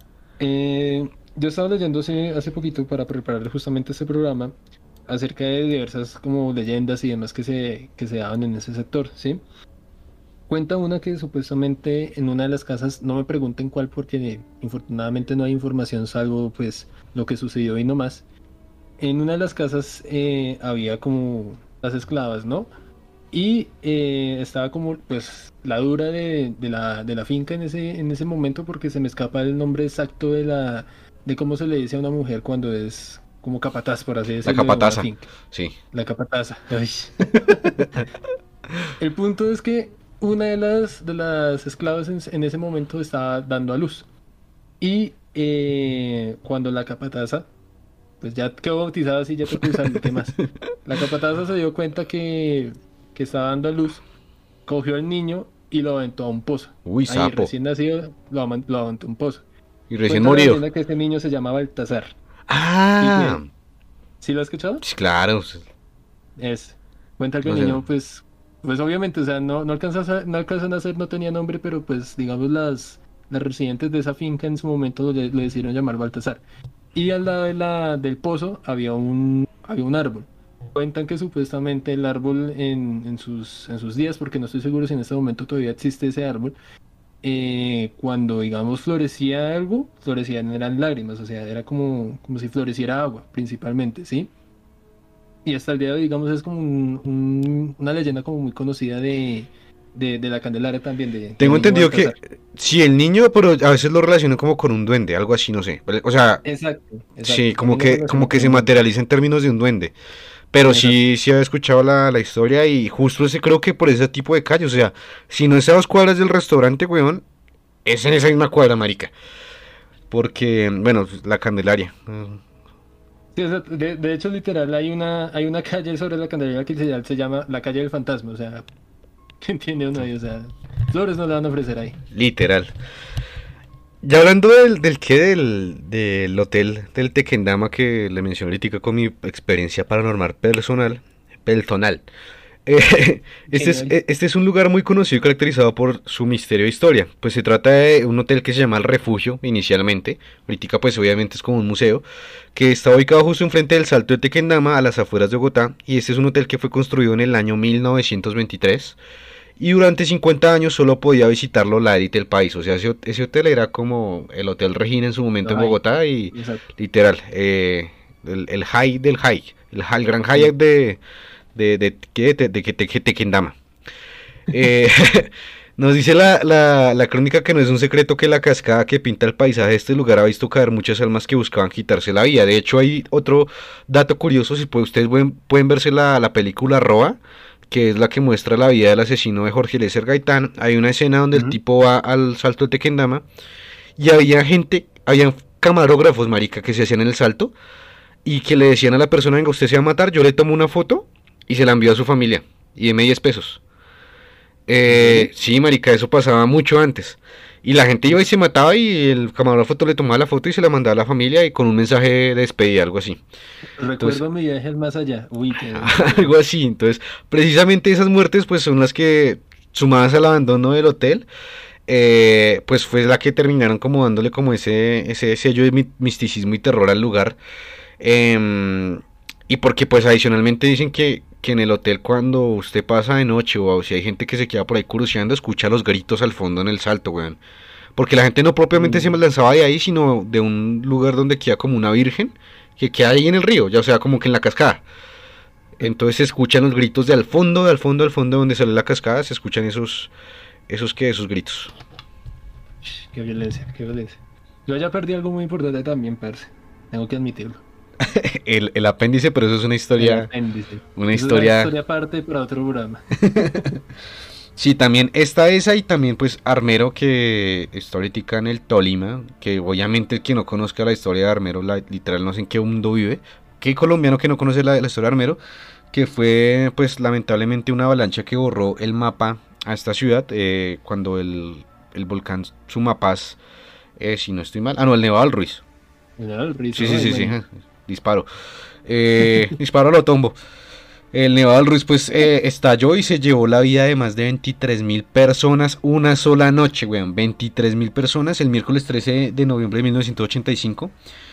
Eh, yo estaba leyendo hace, hace poquito para preparar justamente este programa acerca de diversas como leyendas y demás que se, que se daban en ese sector, ¿sí? Cuenta una que supuestamente en una de las casas, no me pregunten cuál porque infortunadamente no hay información salvo pues lo que sucedió y no más. En una de las casas eh, había como las esclavas, ¿no? Y eh, estaba como pues la dura de, de la, de la finca en ese, en ese momento porque se me escapa el nombre exacto de la, de cómo se le dice a una mujer cuando es como capataz, por así La decirlo, de una capataza, finca. sí. La capataza. Ay. El punto es que una de las, de las esclavas en, en ese momento estaba dando a luz. Y eh, cuando la capataza, pues ya quedó bautizada así, ya tocó usarlo, ¿qué más? La capataza se dio cuenta que, que estaba dando a luz, cogió al niño y lo aventó a un pozo. Uy, Ahí, sapo. recién nacido, lo, aman- lo aventó a un pozo. Y recién Cuenta la murió. leyenda que este niño se llamaba Baltasar. Y Ah, que, ¿sí lo has escuchado? sí, claro. Es. Cuenta que O el sea, niño, pues, pues obviamente, o sea, no, no alcanza a, sa- no alcanza a nacer, no tenía nombre, pero pues, digamos, las, las residentes de esa finca en su momento le, le decidieron llamar Baltasar. Y al lado de la, del pozo había un, había un árbol. Cuentan que supuestamente el árbol en, en sus, en sus días, porque no estoy seguro si en este momento todavía existe ese árbol, eh, cuando, digamos, florecía algo, florecían eran lágrimas, o sea, era como, como si floreciera agua, principalmente, ¿sí? Y hasta el día de hoy, digamos, es como un- un- una leyenda como muy conocida de, de, de la Candelaria también, de, del tengo niño entendido que Baltasar. sí, el niño, pero a veces lo relaciono como con un duende, algo así, no sé. O sea, Exacto, sí, exacto. como También lo que, relaciono como que con se un duende. materializa en términos de un duende. Pero Exacto. sí, sí había escuchado la, la historia y justo ese creo que por ese tipo de calle, o sea, si no es a dos cuadras del restaurante, weón, es en esa misma cuadra, marica. Porque, bueno, la Candelaria. mm, Sí, exacto. De, de hecho, literal, hay una, hay una calle sobre la Candelaria que se, se llama la calle del fantasma, o sea, ¿qué entiende uno ahí? O sea, flores no le van a ofrecer ahí. Literal. Ya hablando del, del que del, del hotel del Tequendama que le mencioné ahorita con mi experiencia paranormal personal, personal. Eh, este, es, Genial. eh, este es un lugar muy conocido y caracterizado por su misterio e historia. Pues se trata de un hotel que se llama El Refugio inicialmente. Ahorita pues obviamente es como un museo que está ubicado justo enfrente del Salto de Tequendama a las afueras de Bogotá. Y este es un hotel que fue construido en el año mil novecientos veintitrés. Y durante cincuenta años solo podía visitarlo la élite del país. O sea, ese, ese hotel era como el Hotel Regina en su momento en Ay, Bogotá y exacto. literal, eh, el, el high del high, el, high- el gran high Sí. de, de, de, de, de, de, de, de Tequendama. Eh, nos dice la, la, la crónica que no es un secreto que la cascada que pinta el paisaje de este lugar ha visto caer muchas almas que buscaban quitarse la vida. De hecho, hay otro dato curioso, si puede, ustedes pueden, pueden verse la, la película Roa, que es la que muestra la vida del asesino de Jorge Eliezer Gaitán, hay una escena donde el Ujú. tipo va al salto de Tequendama y había gente, habían camarógrafos, marica, que se hacían en el salto y que le decían a la persona, venga, usted se va a matar, yo le tomo una foto y se la envío a su familia y deme diez pesos. ¿En serio? Eh, sí, marica, eso pasaba mucho antes. Y la gente iba y se mataba y el camarógrafo le tomaba la foto y se la mandaba a la familia y con un mensaje de despedida, algo así. Entonces, Recuerdo mi viaje al más allá. Uy, qué denso. algo así. Entonces, precisamente esas muertes pues son las que, sumadas al abandono del hotel, eh, pues fue la que terminaron como dándole como ese, ese sello de misticismo y terror al lugar. Eh, y porque pues adicionalmente dicen que, que en el hotel cuando usted pasa de noche o si hay gente que se queda por ahí curioseando, escucha los gritos al fondo en el salto, weón. Porque la gente no propiamente se Mm, lanzaba de ahí, sino de un lugar donde queda como una virgen, que queda ahí en el río, ya o sea, como que en la cascada. sí. Entonces se escuchan los gritos de al fondo, de al fondo, al fondo donde sale la cascada, se escuchan esos, esos que, esos gritos. Qué violencia, qué violencia. Yo ya perdí algo muy importante también, parce. Tengo que admitirlo. El, el apéndice, pero eso es una El historia, apéndice. una Eso es una historia. historia aparte para otro programa. Sí, también está esa y también pues Armero que está ahorita en el Tolima, que obviamente el que no conozca la historia de Armero, la, literal no sé en qué mundo vive, qué colombiano que no conoce la, la historia de Armero, que fue pues lamentablemente una avalancha que borró el mapa a esta ciudad eh, cuando el, el volcán Sumapaz, eh, si no estoy mal, ah no, el Nevado del Ruiz, Mira el sí, rizo, sí, ay, sí, sí, man. disparo, eh, disparo a lo tombo. El Nevado del Ruiz pues eh, estalló y se llevó la vida de más de veintitrés mil personas una sola noche, weón. veintitrés mil personas el miércoles trece de noviembre de mil novecientos ochenta y cinco.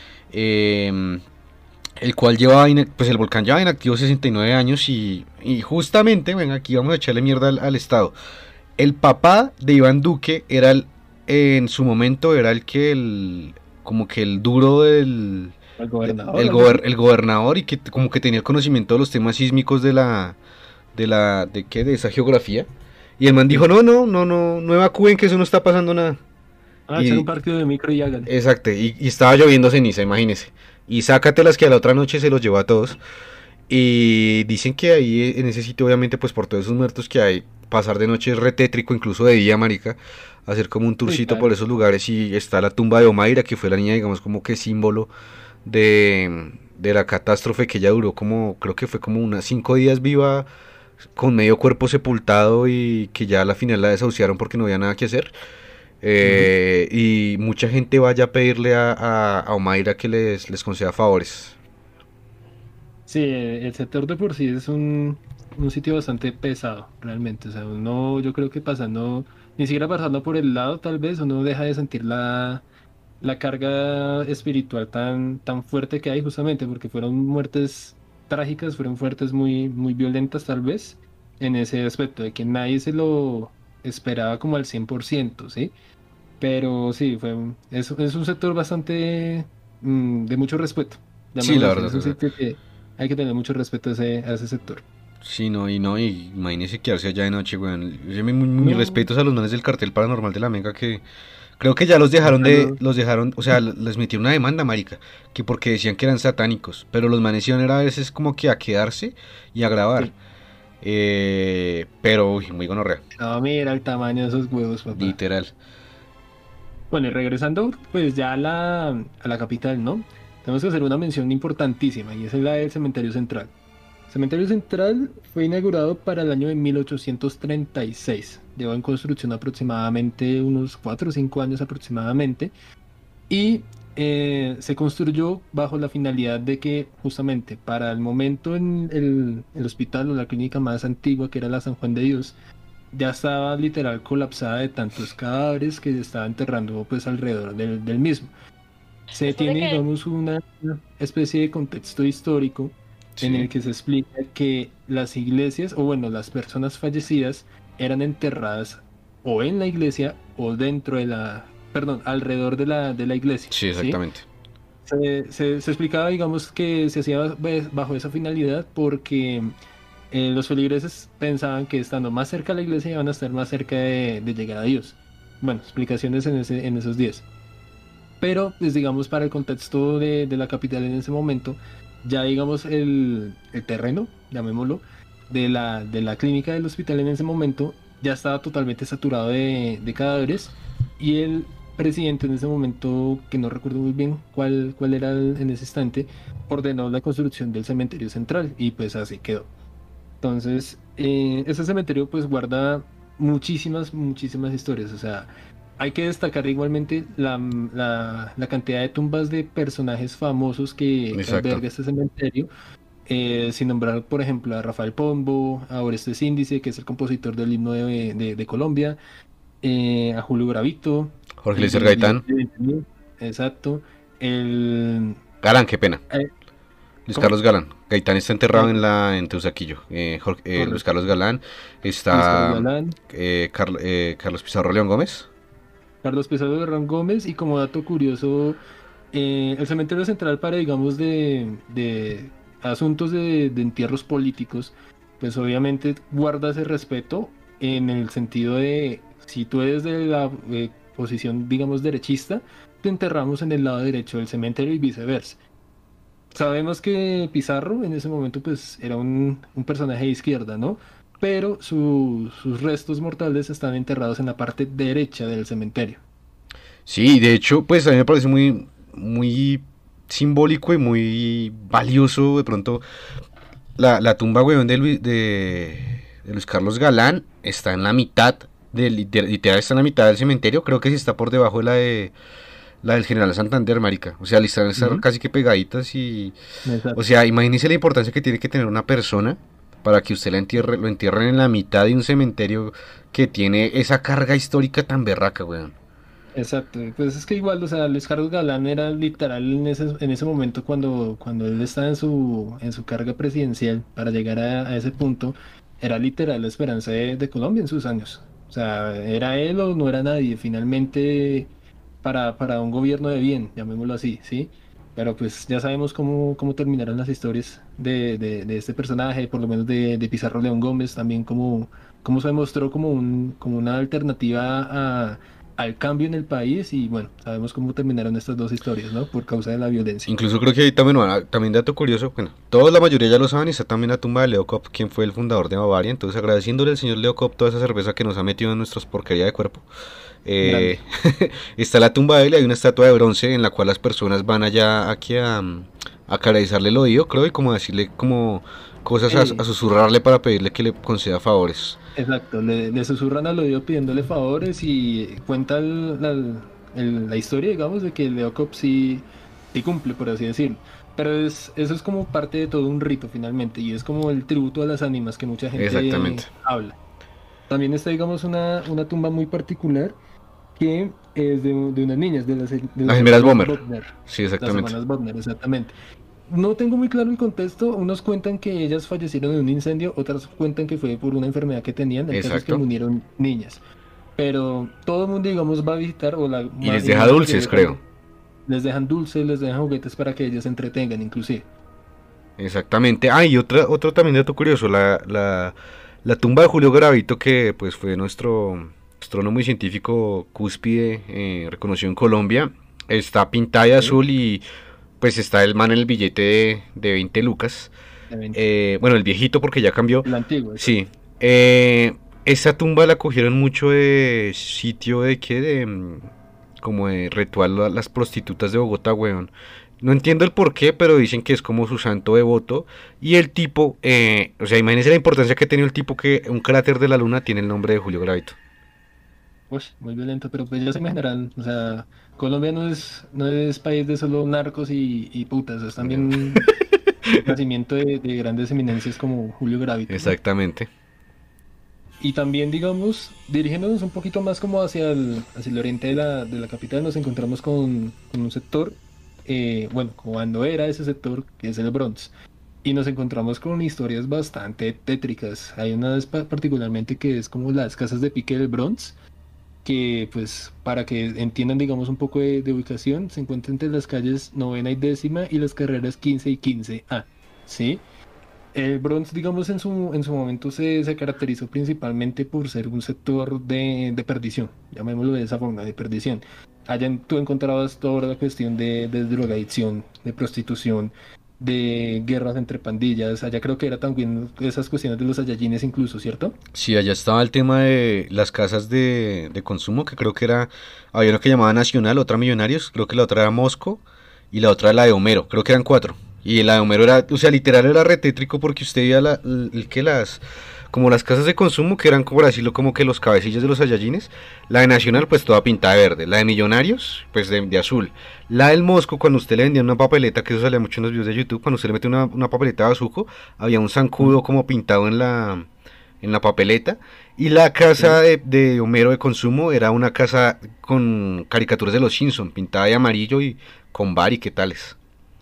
Eh, el cual llevaba, pues el volcán llevaba inactivo sesenta y nueve años y, y justamente, bueno, aquí vamos a echarle mierda al, al Estado. El papá de Iván Duque era el, en su momento era el que el, como que el duro del, El de- gobernador, el, algo gober- así. el gobernador y que t- como que tenía el conocimiento de los temas sísmicos de la, de la, de qué, de esa geografía. Y el man dijo, Sí. no, no, no, no, no evacúen que eso no está pasando nada. Ah, echar un Y, partido de micro y hágale. exacto, y, y estaba lloviendo ceniza, imagínese. Y sácatelas que a la otra noche se los llevó a todos. Y dicen que ahí en ese sitio, obviamente, pues por todos esos muertos que hay, pasar de noche es retétrico, incluso de día, marica. Hacer como un Sí, tourcito por claro. esos lugares y está la tumba de Omaira, que fue la niña, digamos, como que símbolo de, de la catástrofe que ella duró como, creo que fue como unas cinco días viva, con medio cuerpo sepultado y que ya a la final la desahuciaron porque no había nada que hacer. Ujú. Eh, y mucha gente vaya a pedirle a, a, a Omaira que les, les conceda favores. Sí, eh, el sector de por sí es un, un sitio bastante pesado, realmente. O sea, uno, yo creo que pasando, ni siquiera pasando por el lado, tal vez, uno deja de sentir la, la carga espiritual tan, tan fuerte que hay, justamente, porque fueron muertes trágicas, fueron muertes muy, muy violentas, tal vez, en ese aspecto, de que nadie se lo esperaba como al cien por ciento, ¿sí? Pero sí, fue, un- es, es un sector bastante mm, de mucho respeto, Sí, llamémoslo la así. verdad, Es un o sea, sitio que hay que tener mucho respeto a ese, a ese sector. sí, no, y no, y imagínese quedarse allá de noche, weón. Yo me- muy- mis No, respetos a los manes del cartel paranormal de la Mega que creo que ya los dejaron acá de, lo- los dejaron, o sea, les metieron una demanda, marica, que porque decían que eran satánicos, pero los manes iban era a veces como que a quedarse y a grabar. sí. Eh, pero, uy, muy gonorrea, No, mira el tamaño de esos huevos, papá. literal. Bueno, y regresando pues ya a la, a la capital, ¿no? Tenemos que hacer una mención importantísima y esa es la del Cementerio Central. Cementerio Central fue inaugurado para el año de mil ochocientos treinta y seis. Llevó en construcción aproximadamente unos cuatro o cinco años aproximadamente. Y eh, se construyó bajo la finalidad de que justamente para el momento en el, el hospital o la clínica más antigua, que era la San Juan de Dios, ya estaba literal colapsada de tantos cadáveres que se estaba enterrando pues alrededor del, del mismo. Se Después de tiene, que, digamos, una especie de contexto histórico en Sí, el que se explica que las iglesias, o bueno, las personas fallecidas eran enterradas o en la iglesia o dentro de la, perdón, alrededor de la, de la iglesia, sí, ¿sí? exactamente. Se, se- se explicaba, digamos, que se hacía ba- bajo esa finalidad porque eh, los feligreses pensaban que estando más cerca de la iglesia iban a estar más cerca de, de llegar a Dios. Bueno, explicaciones en ese, en esos días. Pero, pues digamos, para el contexto de, de la capital en ese momento, ya digamos el, el terreno, llamémoslo, de la, de la clínica del hospital en ese momento ya estaba totalmente saturado de, de cadáveres y el presidente en ese momento, que no recuerdo muy bien cuál, cuál era el- en ese instante, ordenó la construcción del cementerio central y pues así quedó. Entonces, eh, ese cementerio pues guarda muchísimas, muchísimas historias. O sea, hay que destacar igualmente la, la, la cantidad de tumbas de personajes famosos que, que Exacto. alberga este cementerio. Eh, sin nombrar, por ejemplo, a Rafael Pombo, a Orestes Índice, que es el compositor del himno de, de- de Colombia, eh, a Julio Gravito, Jorge el Luis del Gaitán. billete de veinte mil, exacto. El, Galán, qué pena. eh, Luis ¿cómo? Carlos Galán. Gaitán está enterrado Eh, en la en Teusaquillo. Eh, Jorge- eh, Luis correcto. Carlos Galán. Luis Carlos Está Galán. eh, Carl- eh, Carlos Pizarro León Gómez. Carlos Pesado de Ran Gómez y como dato curioso, eh, el cementerio central para, digamos, de, de asuntos de, de entierros políticos, pues obviamente guarda ese respeto en el sentido de, si tú eres de la eh, posición, digamos, derechista, te enterramos en el lado derecho del cementerio y viceversa. Sabemos que Pizarro en ese momento pues era un, un personaje de izquierda, ¿no? Pero su- sus restos mortales están enterrados en la parte derecha del cementerio. Sí, de hecho, pues a mí me parece muy, muy simbólico y muy valioso de pronto la, la tumba, weón, de Luis, de, de Luis Carlos Galán está en la mitad, del, literal está en la mitad del cementerio, creo que sí está por debajo de la de la del General Santander, marica. O sea, están estar Ujú. casi que pegaditas y... O Exacto. sea, imagínese la importancia que tiene que tener una persona para que usted la entierre, lo entierren en la mitad de un cementerio que tiene esa carga histórica tan berraca, weón. Exacto, pues es que igual, o sea, Luis Carlos Galán era literal en ese, en ese momento cuando, cuando él estaba en su, en su carga presidencial para llegar a, a ese punto, era literal la esperanza de, de Colombia en sus años. O sea, era él o no era nadie, finalmente para, para un gobierno de bien, llamémoslo así, ¿sí? Pero pues ya sabemos cómo, cómo terminaron las historias de, de, de este personaje, por lo menos de, de Pizarro León Gómez, también como, cómo se demostró como, un, como una alternativa al cambio en el país y bueno, sabemos cómo terminaron estas dos historias, ¿no? Por causa de la violencia. Incluso creo que ahí también, bueno, también dato curioso, bueno, todos la mayoría ya lo saben, y está también la tumba de Leo Kopp, quien fue el fundador de Bavaria, entonces agradeciéndole al señor Leo Kopp toda esa cerveza que nos ha metido en nuestras porquerías de cuerpo. Eh, Grande. está la tumba de él, hay una estatua de bronce en la cual las personas van allá aquí a, a acariciarle el oído, creo, y como a decirle como cosas a, a Eh, susurrarle para pedirle que le conceda favores. exacto, le, le susurran al oído pidiéndole favores y cuenta el- la, el- la historia, digamos, de que Leo Cop sí, sí cumple, por así decirlo. Pero es, eso es como parte de todo un rito finalmente y es como el tributo a las ánimas que mucha gente Exactamente. habla. También está, digamos, una, una tumba muy particular que es de, de unas niñas, de las, de Las las gemelas hermanas Bomber. Bodmer, Sí, las exactamente. hermanas Bodmer, exactamente. No tengo muy claro el contexto. Unos cuentan que ellas fallecieron en un incendio, otras cuentan que fue por una enfermedad que tenían. El caso es que Exacto. murieron niñas. Pero todo el mundo, digamos, va a visitar, o la Y ma- les deja inmensa mayoría dulces, de creo. familias, les dejan dulces, les dejan juguetes para que ellas se entretengan, inclusive. Exactamente. Ah, y otra, otro también dato curioso, la, la, la tumba de Julio Garavito, que pues fue nuestro astrónomo y científico cúspide, eh, reconocido en Colombia, está pintada de Sí, azul y pues está el man en el billete de, de veinte lucas. de veinte. Eh, bueno, el viejito porque ya cambió. El antiguo, Sí. exacto. Eh, esa tumba la cogieron mucho de sitio de qué, de mm, como de ritual a las prostitutas de Bogotá, weón. No entiendo el por qué, pero dicen que es como su santo devoto. Y el tipo, eh, o sea, imagínense la importancia que ha tenido el tipo que un cráter de la luna tiene el nombre de Julio Gravito. Uy, muy violento, pero pues ya se imaginarán. O sea, Colombia no es, no es país de solo narcos y, y putas, es también nacimiento de, de grandes eminencias como Julio Gravito, ¿no? Exactamente. Y también, digamos, dirigiéndonos un poquito más como hacia el, hacia el oriente de la, de la capital, nos encontramos con, con un sector, eh, bueno, cuando era ese sector, que es el Bronx, y nos encontramos con historias bastante tétricas. Hay una vez pa- particularmente que es como las casas de pique del Bronx, que pues para que entiendan, digamos, un poco de, de ubicación, se encuentra entre las calles novena y décima y las carreras quince y quince A, ¿sí? El Bronx, digamos, en su, en su momento se, se caracterizó principalmente por ser un sector de, de perdición, llamémoslo de esa forma, de perdición. Allá en- tú encontrabas toda la cuestión de, de drogadicción, de prostitución, de guerras entre pandillas. Allá creo que era también esas cuestiones de los Saiyajines incluso, ¿cierto? Sí, allá estaba el tema de las casas de, de consumo, que creo que era, había una que llamaba Nacional, otra Millonarios, creo que la otra era Mosco y la otra la de Homero, creo que eran cuatro. Y la de Homero era, o sea, literal era retétrico porque usted veía la, el, el que las, como las casas de consumo, que eran, como por decirlo, como que los cabecillas de los Saiyajines. La de Nacional, pues toda pintada de verde. La de Millonarios, pues de, de azul. La del Mosco, cuando usted le vendía una papeleta, que eso salía mucho en los videos de YouTube, cuando usted le mete una, una papeleta de bazuco, había un zancudo como pintado en la, en la papeleta. Y la casa Sí. de, de Homero de consumo era una casa con caricaturas de los Simpson, pintada de amarillo y con bar y qué tales.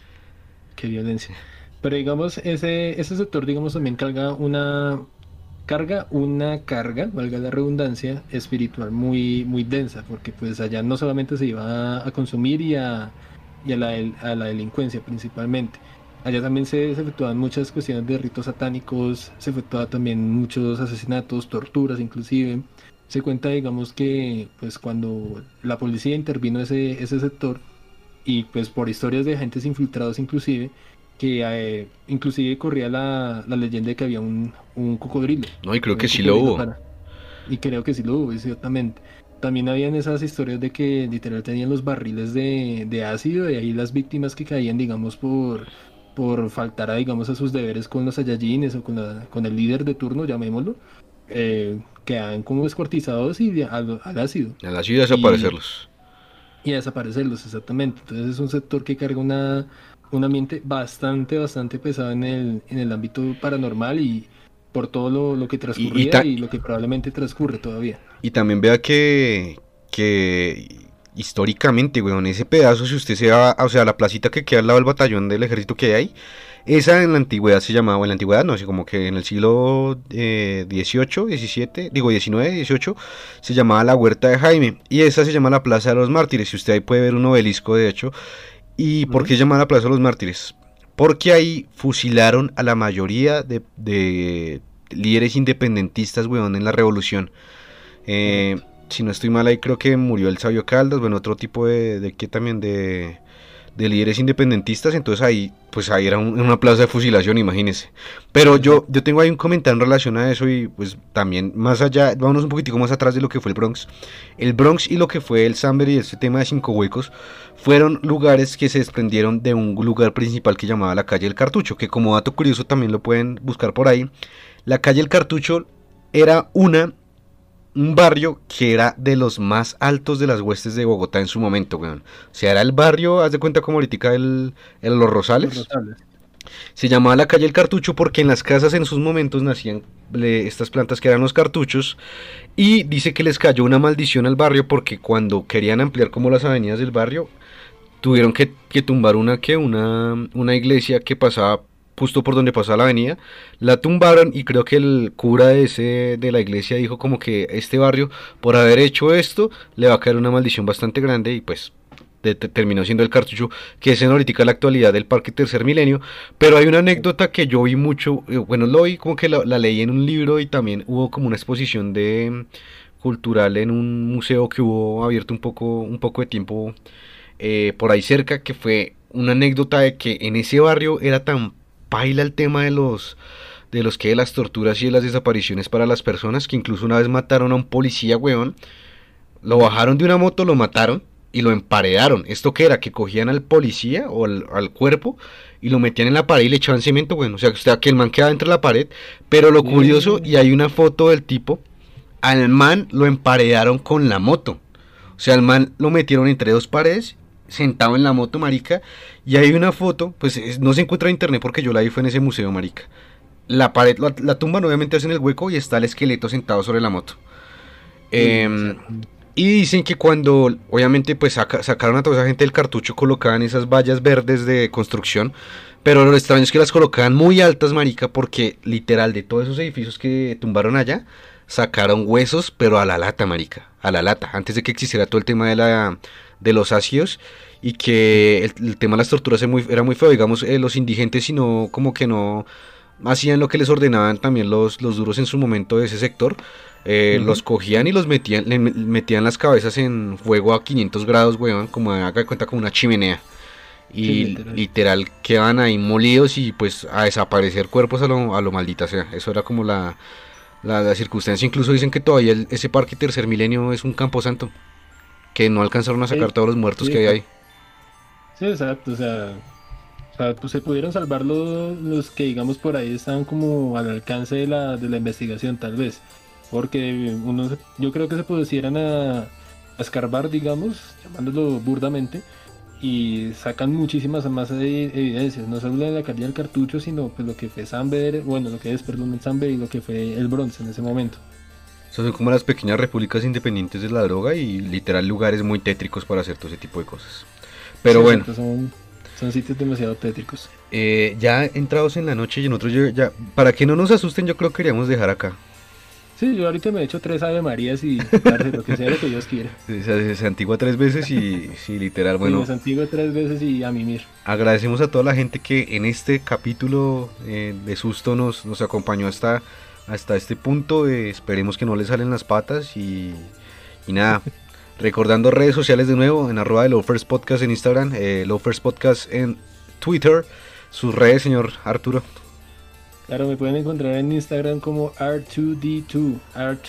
Qué violencia. Pero digamos, ese, ese sector, digamos, también carga una carga, una carga, valga la redundancia, espiritual muy, muy densa, porque pues allá no solamente se iba a, a consumir y a, y a la, del- a la delincuencia principalmente. Allá también se, se efectuaban muchas cuestiones de ritos satánicos, se efectuaban también muchos asesinatos, torturas inclusive. Se cuenta, digamos, que pues cuando la policía intervino ese, ese sector, y pues por historias de agentes infiltrados inclusive, que eh, inclusive corría la, la leyenda de que había un, un cocodrilo, No, y creo había que un sí lo cocodrilo hubo. para, y creo que sí lo hubo, ciertamente. También habían esas historias de que literal tenían los barriles de, de ácido y ahí las víctimas que caían, digamos, por, por faltar a, digamos, a sus deberes con los Saiyajines o con, la, con el líder de turno, llamémoslo, eh, quedaban como descuartizados y al, al ácido. En la ciudad Y desaparecerlos. y a desaparecerlos, exactamente. Entonces es un sector que carga una, un ambiente bastante, bastante pesado en el, en el ámbito paranormal y por todo lo, lo que Y, y, transcurría ta- y lo que probablemente transcurre todavía. y también vea que, que históricamente, weón, ese pedazo, si usted se va, o sea, la placita que queda al lado del batallón del ejército que hay ahí, esa en la antigüedad se llamaba, en la antigüedad no, así como que en el siglo eh, dieciocho, diecisiete, digo diecinueve, dieciocho, se llamaba la Huerta de Jaime, y esa se llama la Plaza de los Mártires, y usted ahí puede ver un obelisco, de hecho. ¿Y por Ujú. qué se llama la Plaza de los Mártires? Porque ahí fusilaron a la mayoría de, de líderes independentistas, weón, en la revolución. Eh, Correcto. si no estoy mal, ahí creo que murió el Sabio Caldas, bueno, otro tipo de, de que también de, de líderes independentistas, entonces ahí, pues ahí era un- una plaza de fusilación, imagínense. Pero yo, Exacto. yo tengo ahí un comentario en relación a eso y pues también más allá, vámonos un poquitico más atrás de lo que fue el Bronx. El Bronx y lo que fue el Samber y este tema de Cinco Huecos fueron lugares que se desprendieron de un lugar principal que llamaba la calle del Cartucho, que como dato curioso también lo pueden buscar por ahí. La calle del Cartucho era una un barrio que era de los más altos de las huestes de Bogotá en su momento, weón. O sea, era el barrio, haz de cuenta como ahorita el, el Los Los Rosales. Rosales. Se llamaba la calle El Cartucho porque en las casas en sus momentos nacían le, estas plantas que eran los cartuchos. Y dice que les cayó una maldición al barrio porque cuando querían ampliar como las avenidas del barrio, tuvieron que, que tumbar una que una, una iglesia que pasaba justo por donde pasaba la avenida, la tumbaron y creo que el cura de ese de la iglesia dijo como que este barrio por haber hecho esto le va a caer una maldición bastante grande y pues de, de, terminó siendo el Cartucho, que es en ahorita la actualidad del Parque Tercer Milenio. Pero hay una anécdota que yo vi mucho, eh, bueno, lo vi como que la, la leí en un libro y también hubo como una exposición de cultural en un museo que hubo abierto un poco, un poco de tiempo eh, por ahí cerca, que fue una anécdota de que en ese barrio era tan paila el tema de los de los que de las torturas y de las desapariciones para las personas que incluso una vez mataron a un policía, weón, lo bajaron de una moto, lo mataron y lo emparedaron. ¿Esto qué era? Que cogían al policía o al, al cuerpo y lo metían en la pared y le echaban cemento, bueno, o sea, o sea, que el man quedaba dentro de la pared. Pero lo curioso, Eh, y hay una foto del tipo, al man lo emparedaron con la moto. O sea, al man lo metieron entre dos paredes, sentado en la moto, marica. Y hay una foto, pues es- no se encuentra en internet porque yo la vi fue en ese museo, marica. La pared, la, la tumban obviamente hacen el hueco y está el esqueleto sentado sobre la moto. uy, no, o Eh, sea, y dicen que cuando, obviamente, pues saca- sacaron a toda esa gente del cartucho, colocaban esas vallas verdes de construcción. Pero lo extraño es que las colocaban muy altas, marica, porque literal de todos esos edificios que tumbaron allá, sacaron huesos, pero a la lata, marica, a la lata, antes de que existiera todo el tema de la de los ácidos y que el, el tema de las torturas era muy, era muy feo, digamos, eh, los indigentes, sino como que no hacían lo que les ordenaban también los, los duros en su momento de ese sector, eh, los ujú. cogían y los metían, le metían las cabezas en fuego a quinientos grados, weón, como haga de cuenta como una chimenea. Sí, y literal. literal quedan ahí molidos y pues a desaparecer cuerpos a lo, a lo maldita sea. Eso era como la, la, la circunstancia. Incluso dicen que todavía el- ese parque Tercer Milenio es un camposanto, que no alcanzaron a sacar Sí, todos los muertos sí, que hay ahí. exacto. Sí, exacto. O sea, o sea, pues se pudieron salvar los, los que, digamos, por ahí están como al alcance de la, de la investigación, tal vez. Porque uno, se- yo creo que se pusieran a, a escarbar, digamos, llamándolo burdamente, y sacan muchísimas más e- evidencias, no solo de la calidad del cartucho, sino pues lo que fue Samber, bueno, lo que es, perdón, el Samber y lo que fue el bronce en ese momento. Esas son como las pequeñas repúblicas independientes de la droga y literal lugares muy tétricos para hacer todo ese tipo de cosas. Sí, Pero bueno, exacto, son, son sitios demasiado tétricos. eh, ya entrados en la noche y nosotros ya, ya- para que no nos asusten, yo creo que queríamos dejar acá. Sí, yo ahorita me he hecho tres Ave Marías y, parce, lo que sea lo que Dios quiera. Se, se- se antigua tres veces y sí, literal. Sí, me Bueno, santigo tres veces y a mimir. agradecemos a toda la gente que en este capítulo eh, de susto nos, nos acompañó hasta, hasta este punto. Eh, esperemos que no le salen las patas y, y nada. Recordando redes sociales de nuevo, en arroba de Low First Podcast en Instagram, eh, Low First Podcast en Twitter. Sus redes, señor Arturo. Claro, me pueden encontrar en Instagram como R dos D dos, R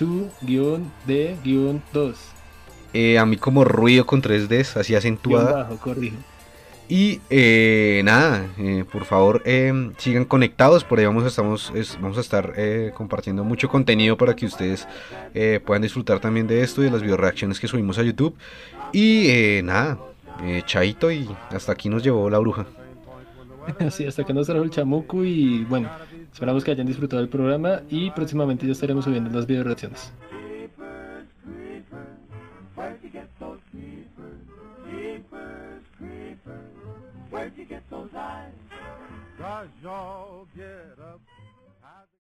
dos D dos, Eh, a mí como ruido con tres Ds, así guión acentuada. bajo, corrijo. Y eh, nada, eh, por favor eh, sigan conectados, por ahí vamos a, estamos, es- vamos a estar eh, compartiendo mucho contenido para que ustedes eh, puedan disfrutar también de esto y de las video reacciones que subimos a YouTube. Y eh, nada, eh, chaito y hasta aquí nos llevó la bruja. Así, hasta que nos trajo el chamuco y bueno, esperamos que hayan disfrutado del programa y próximamente ya estaremos subiendo las video reacciones. Creepers, creepers, where'd you get those creepers? Creepers, creepers, where'd you get those eyes? 'Cause y'all get up